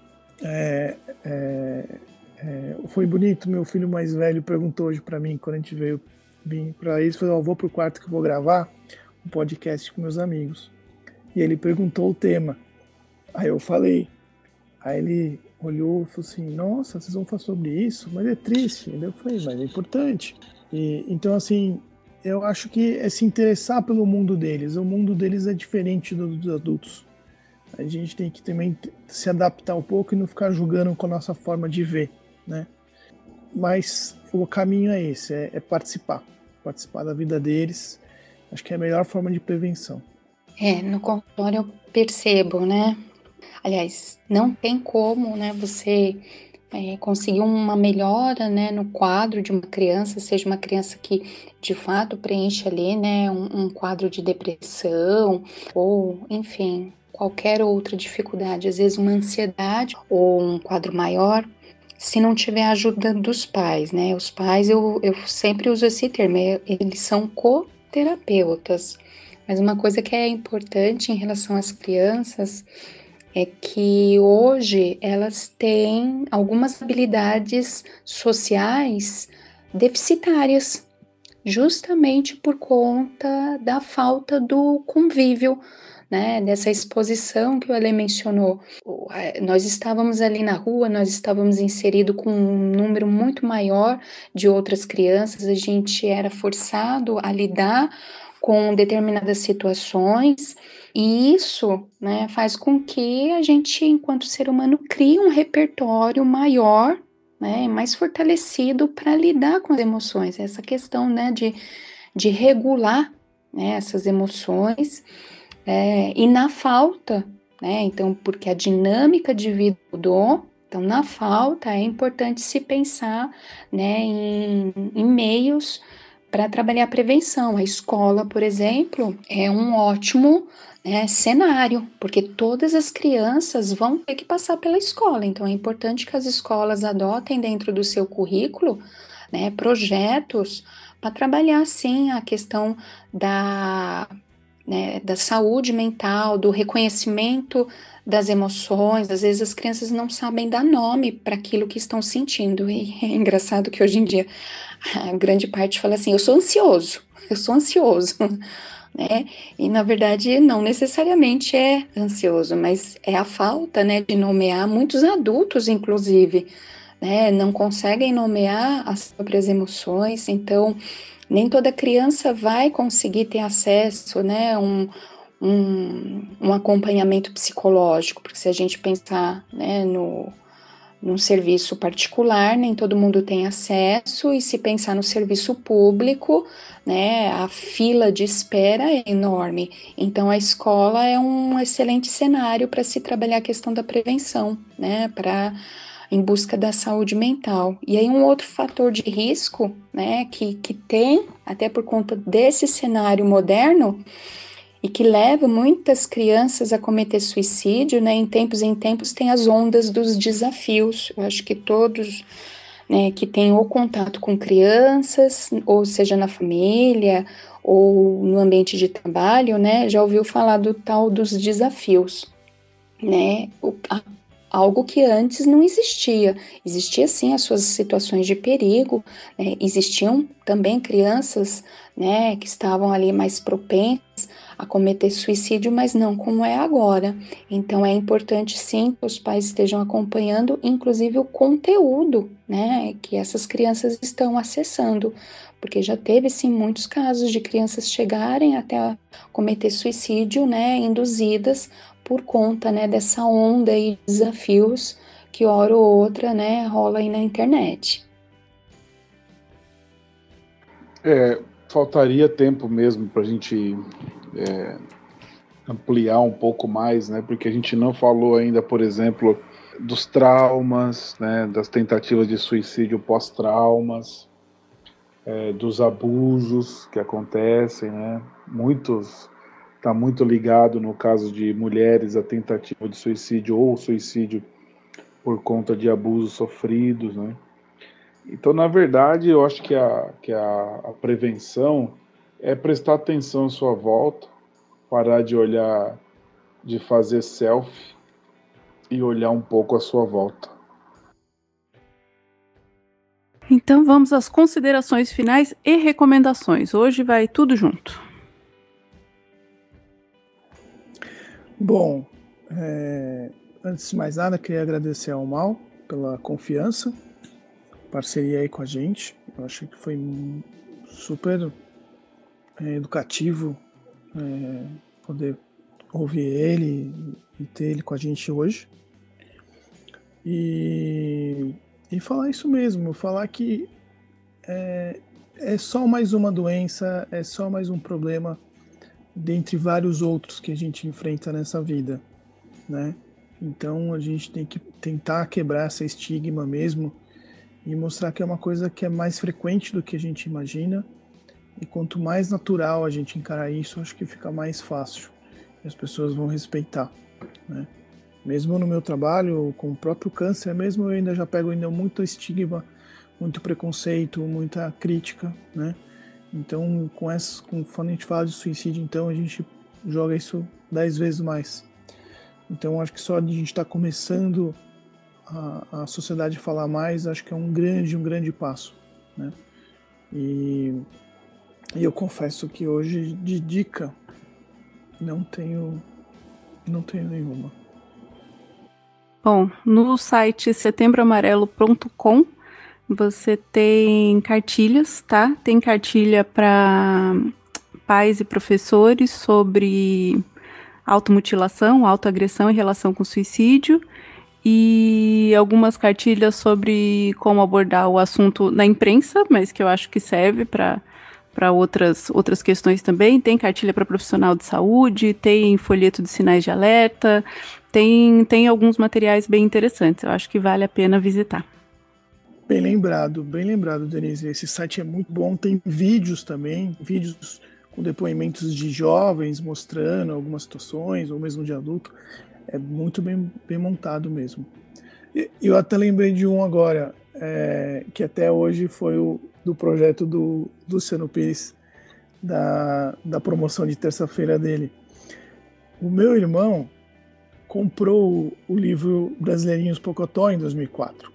Foi bonito, meu filho mais velho perguntou hoje para mim, quando a gente veio para eles, falou, vou pro quarto que eu vou gravar um podcast com meus amigos. E ele perguntou o tema. Aí eu falei. Aí ele olhou e falou assim, nossa, vocês vão falar sobre isso? Mas é triste. E eu falei, mas é importante. Então, assim, eu acho que é se interessar pelo mundo deles. O mundo deles é diferente dos adultos. A gente tem que também se adaptar um pouco e não ficar julgando com a nossa forma de ver, né? Mas o caminho é esse, é participar da vida deles. Acho que é a melhor forma de prevenção. No consultório eu percebo, né? Aliás, não tem como, né, você conseguir uma melhora, né, no quadro de uma criança, seja uma criança que de fato preenche ali, né, um quadro de depressão ou, enfim, qualquer outra dificuldade, às vezes uma ansiedade ou um quadro maior, se não tiver a ajuda dos pais, né? Os pais, eu sempre uso esse termo, eles são coterapeutas. Mas uma coisa que é importante em relação às crianças é que hoje elas têm algumas habilidades sociais deficitárias, justamente por conta da falta do convívio, né, dessa exposição que o Ale mencionou. Nós estávamos ali na rua, nós estávamos inseridos com um número muito maior de outras crianças, a gente era forçado a lidar com determinadas situações, e isso, né, faz com que a gente, enquanto ser humano, crie um repertório maior, né, mais fortalecido para lidar com as emoções. Essa questão, né, de regular, né, essas emoções, e na falta, né, então, porque a dinâmica de vida mudou, então na falta é importante se pensar, né, em meios para trabalhar a prevenção. A escola, por exemplo, é um ótimo, né, cenário, porque todas as crianças vão ter que passar pela escola, então é importante que as escolas adotem dentro do seu currículo, né, projetos para trabalhar, sim, a questão da saúde mental, do reconhecimento das emoções. Às vezes as crianças não sabem dar nome para aquilo que estão sentindo, e é engraçado que hoje em dia a grande parte fala assim, eu sou ansioso, né? E na verdade não necessariamente é ansioso, mas é a falta, né, de nomear. Muitos adultos, inclusive, né, não conseguem nomear as próprias emoções, então nem toda criança vai conseguir ter acesso, né, um acompanhamento psicológico, porque se a gente pensar, né, num serviço particular, nem todo mundo tem acesso, e se pensar no serviço público, né, a fila de espera é enorme. Então a escola é um excelente cenário para se trabalhar a questão da prevenção, né, em busca da saúde mental. E aí um outro fator de risco, né, que tem, até por conta desse cenário moderno, e que leva muitas crianças a cometer suicídio, né, em tempos tem as ondas dos desafios. Eu acho que todos, né, que têm ou contato com crianças, ou seja, na família, ou no ambiente de trabalho, né, já ouviu falar do tal dos desafios, né, algo que antes não existia. Existia sim as suas situações de perigo, né? Existiam também crianças, né, que estavam ali mais propensas a cometer suicídio, mas não como é agora. Então é importante sim que os pais estejam acompanhando, inclusive o conteúdo, né, que essas crianças estão acessando, porque já teve sim muitos casos de crianças chegarem até a cometer suicídio, né, induzidas por conta, né, dessa onda aí de desafios que hora ou outra, né, rola aí na internet. Faltaria tempo mesmo para a gente ampliar um pouco mais, né, porque a gente não falou ainda, por exemplo, dos traumas, né, das tentativas de suicídio pós-traumas, dos abusos que acontecem, né, está muito ligado, no caso de mulheres, a tentativa de suicídio ou suicídio por conta de abusos sofridos, né? Então, na verdade, eu acho que a prevenção é prestar atenção à sua volta, parar de olhar, de fazer selfie e olhar um pouco à sua volta. Então vamos às considerações finais e recomendações. Hoje vai tudo junto. Bom, antes de mais nada, queria agradecer ao Mal pela confiança, parceria aí com a gente. Eu achei que foi super educativo poder ouvir ele e ter ele com a gente hoje. E falar isso mesmo, falar que é só mais uma doença, é só mais um problema dentre vários outros que a gente enfrenta nessa vida, né? Então a gente tem que tentar quebrar esse estigma mesmo e mostrar que é uma coisa que é mais frequente do que a gente imagina, e quanto mais natural a gente encarar isso, acho que fica mais fácil e as pessoas vão respeitar, né? Mesmo no meu trabalho com o próprio câncer mesmo, eu ainda já pego muito estigma, muito preconceito, muita crítica, né? Então, quando a gente fala de suicídio, então a gente joga isso 10 vezes mais. Então, acho que só de a gente estar começando a sociedade falar mais, acho que é um grande passo, né? E eu confesso que hoje, de dica, não tenho Não tenho nenhuma. Bom, no site setembroamarelo.com você tem cartilhas, tá? Tem cartilha para pais e professores sobre automutilação, autoagressão em relação com suicídio, e algumas cartilhas sobre como abordar o assunto na imprensa, mas que eu acho que serve para outras questões também. Tem cartilha para profissional de saúde, tem folheto de sinais de alerta, tem alguns materiais bem interessantes. Eu acho que vale a pena visitar. Bem lembrado, Denise. Esse site é muito bom. Tem vídeos também, vídeos com depoimentos de jovens mostrando algumas situações, ou mesmo de adulto. É muito bem montado mesmo. Eu até lembrei de um agora, que até hoje foi do projeto do Luciano Pires, da promoção de terça-feira dele. O meu irmão comprou o livro Brasileirinhos Pocotó em 2004.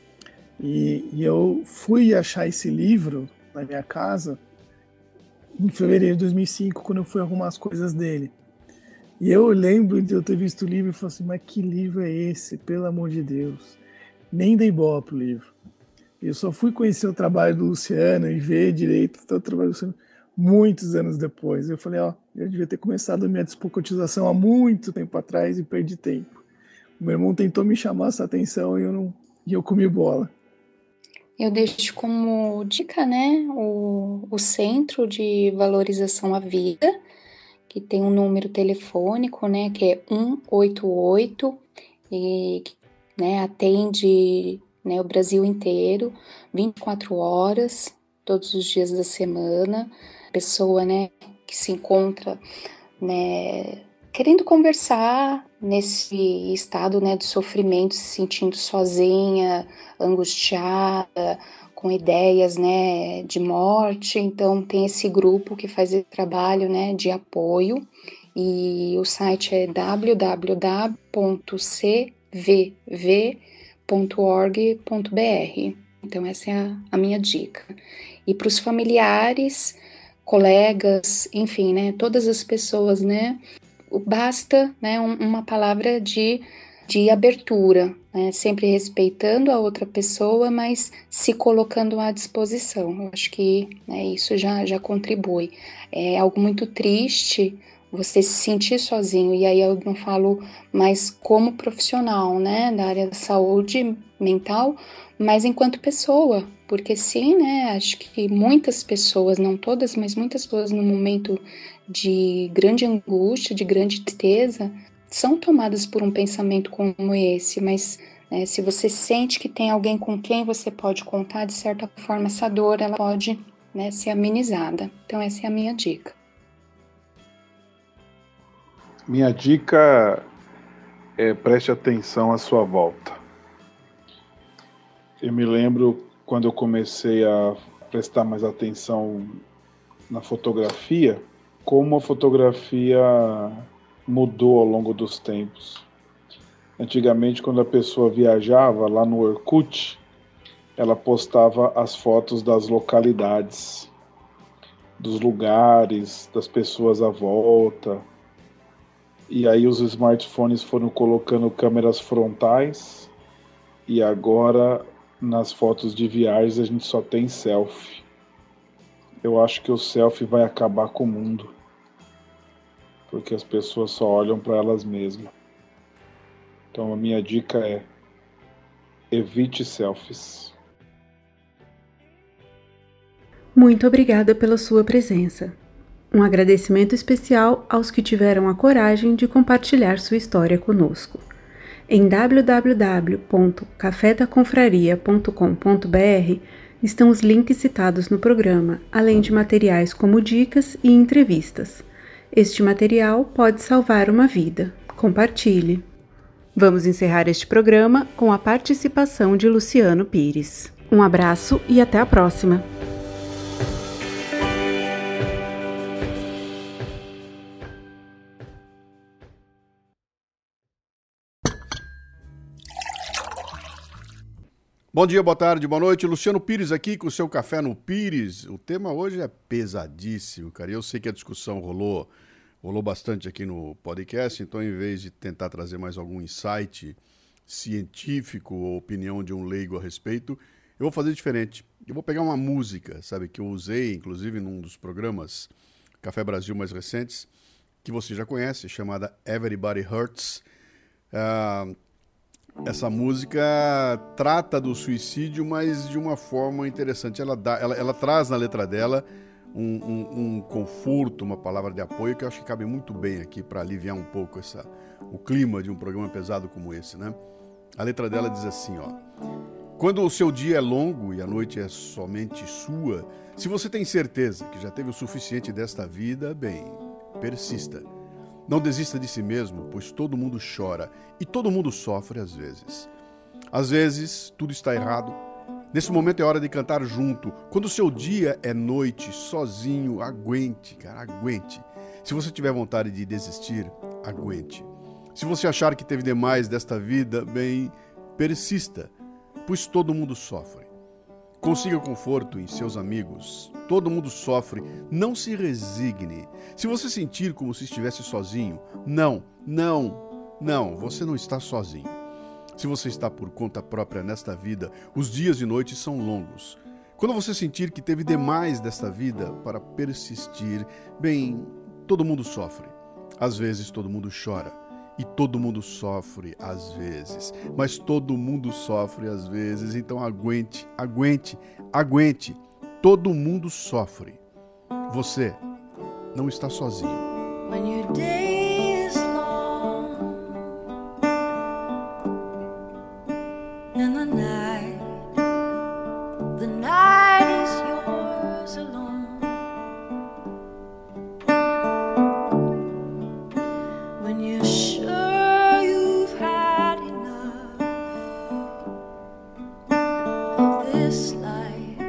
E eu fui achar esse livro na minha casa em fevereiro de 2005, quando eu fui arrumar as coisas dele. E eu lembro de eu ter visto o livro e falei assim, mas que livro é esse? Pelo amor de Deus. Nem dei bola pro livro. Eu só fui conhecer o trabalho do Luciano e ver direito o trabalho do Luciano muitos anos depois. Eu falei, eu devia ter começado a minha despocotização há muito tempo atrás e perdi tempo. O meu irmão tentou me chamar essa atenção e eu comi bola. Eu deixo como dica, né, o Centro de Valorização à Vida, que tem um número telefônico, né, que é 188, e né, atende, né, o Brasil inteiro, 24 horas, todos os dias da semana. A pessoa, né, que se encontra, né, querendo conversar nesse estado, né, de sofrimento, se sentindo sozinha, angustiada, com ideias, né, de morte. Então tem esse grupo que faz esse trabalho, né, de apoio, e o site é www.cvv.org.br. Então essa é a minha dica. E para os familiares, colegas, enfim, né, todas as pessoas, né, basta, né, uma palavra de abertura, né, sempre respeitando a outra pessoa, mas se colocando à disposição. Eu acho que, né, isso já contribui. É algo muito triste você se sentir sozinho, e aí eu não falo mais como profissional, né, da área da saúde mental, mas enquanto pessoa, porque sim, né, acho que muitas pessoas, não todas, mas muitas pessoas no momento de grande angústia, de grande tristeza, são tomadas por um pensamento como esse, mas né, se você sente que tem alguém com quem você pode contar, de certa forma essa dor ela pode, né, ser amenizada. Então essa é a minha dica. Minha dica é preste atenção à sua volta. Eu me lembro quando eu comecei a prestar mais atenção na fotografia, como a fotografia mudou ao longo dos tempos. Antigamente, quando a pessoa viajava lá no Orkut, ela postava as fotos das localidades, dos lugares, das pessoas à volta. E aí os smartphones foram colocando câmeras frontais, e agora nas fotos de viagens a gente só tem selfie. Eu acho que o selfie vai acabar com o mundo, porque as pessoas só olham para elas mesmas. Então a minha dica é: evite selfies. Muito obrigada pela sua presença. Um agradecimento especial aos que tiveram a coragem de compartilhar sua história conosco. Em www.cafedaconfraria.com.br estão os links citados no programa, além de materiais como dicas e entrevistas. Este material pode salvar uma vida. Compartilhe. Vamos encerrar este programa com a participação de Luciano Pires. Um abraço e até a próxima! Bom dia, boa tarde, boa noite. Luciano Pires aqui com o seu Café no Pires. O tema hoje é pesadíssimo, cara. Eu sei que a discussão rolou rolou bastante aqui no podcast, então em vez de tentar trazer mais algum insight científico ou opinião de um leigo a respeito, eu vou fazer diferente. Eu vou pegar uma música, sabe, que eu usei, inclusive, num dos programas Café Brasil mais recentes, que você já conhece, chamada Everybody Hurts. Essa música trata do suicídio, mas de uma forma interessante. Ela traz na letra dela um conforto, uma palavra de apoio que eu acho que cabe muito bem aqui para aliviar um pouco o clima de um programa pesado como esse, né? A letra dela diz assim, ó: quando o seu dia é longo e a noite é somente sua, se você tem certeza que já teve o suficiente desta vida, bem, persista. Não desista de si mesmo, pois todo mundo chora e todo mundo sofre às vezes. Às vezes, tudo está errado. Nesse momento é hora de cantar junto. Quando o seu dia é noite, sozinho, aguente, cara, aguente. Se você tiver vontade de desistir, aguente. Se você achar que teve demais desta vida, bem, persista, pois todo mundo sofre. Consiga conforto em seus amigos. Todo mundo sofre. Não se resigne. Se você sentir como se estivesse sozinho, não, você não está sozinho. Se você está por conta própria nesta vida, os dias e noites são longos. Quando você sentir que teve demais desta vida para persistir, bem, todo mundo sofre. Às vezes todo mundo chora. E todo mundo sofre às vezes, mas todo mundo sofre às vezes, então aguente, aguente, aguente. Todo mundo sofre. Você não está sozinho. When your day is long and the night is yours alone. When you're sure you've had enough of this life,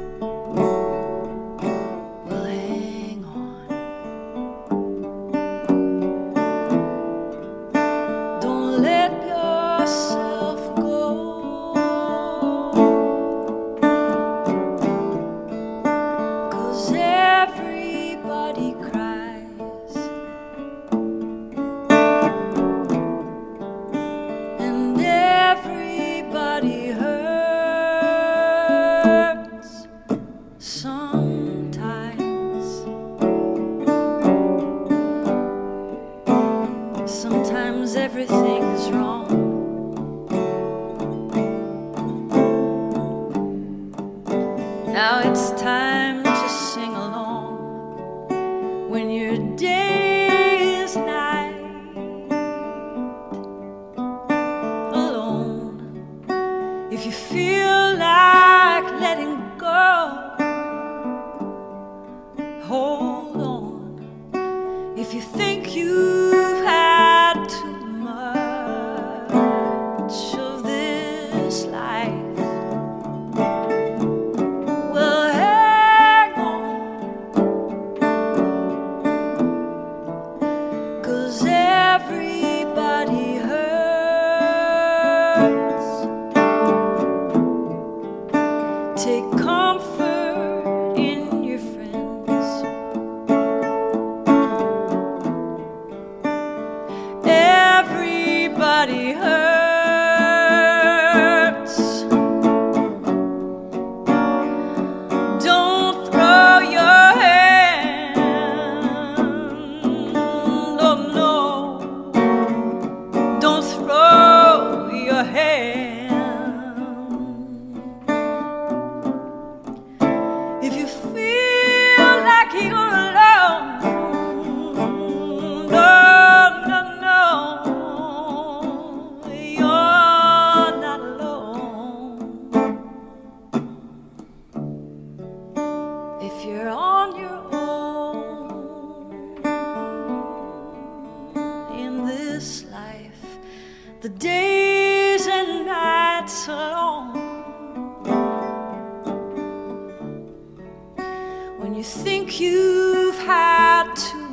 well, hang on. Don't let yourself go, 'cause everybody cries and everybody hurts sometimes. Sometimes everything is wrong. Now it's time to sing along when your day is night alone. If you feel like letting go, hold on. If you think you've had too much of this life, well, hang on, 'cause everybody hurts. Take comfort in your friends. Everybody hurts. Don't throw your hand. Oh no. Don't throw your hand. If you feel like you're alone, no, you're not alone. If you're on your own in this life, the days and nights are long. When you think you've had too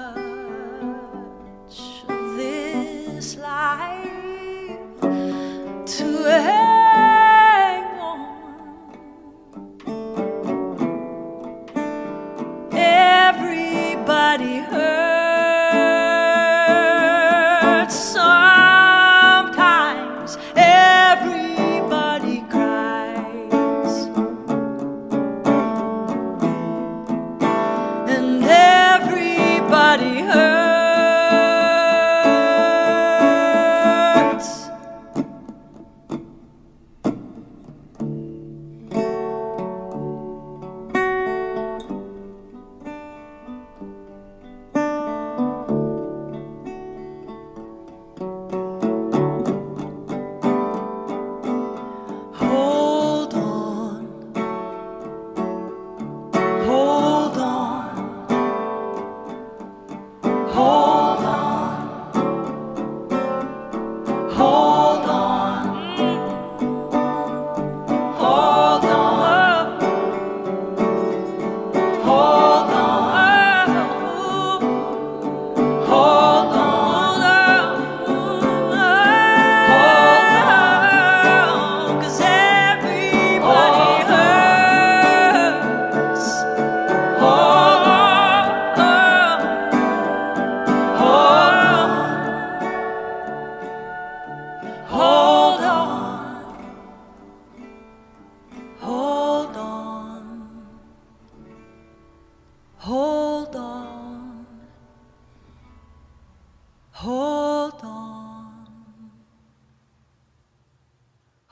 much of this life to hang on. Everybody hurts.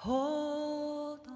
hold on.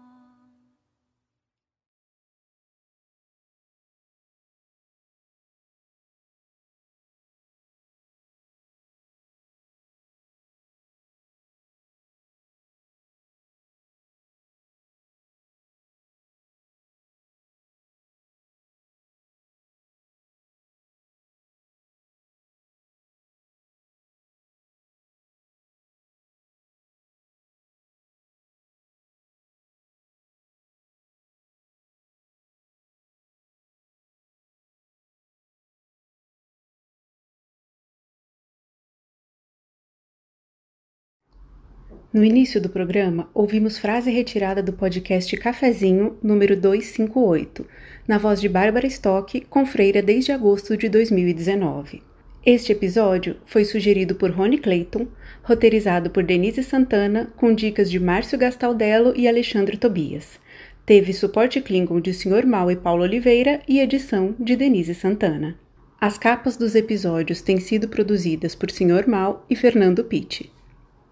No início do programa, ouvimos frase retirada do podcast Cafezinho, número 258, na voz de Bárbara Stock, confreira desde agosto de 2019. Este episódio foi sugerido por Rony Clayton, roteirizado por Denise Santana, com dicas de Márcio Gastaldello e Alexandre Tobias. Teve suporte Klingon de Sr. Mal e Paulo Oliveira e edição de Denise Santana. As capas dos episódios têm sido produzidas por Sr. Mal e Fernando Pitti.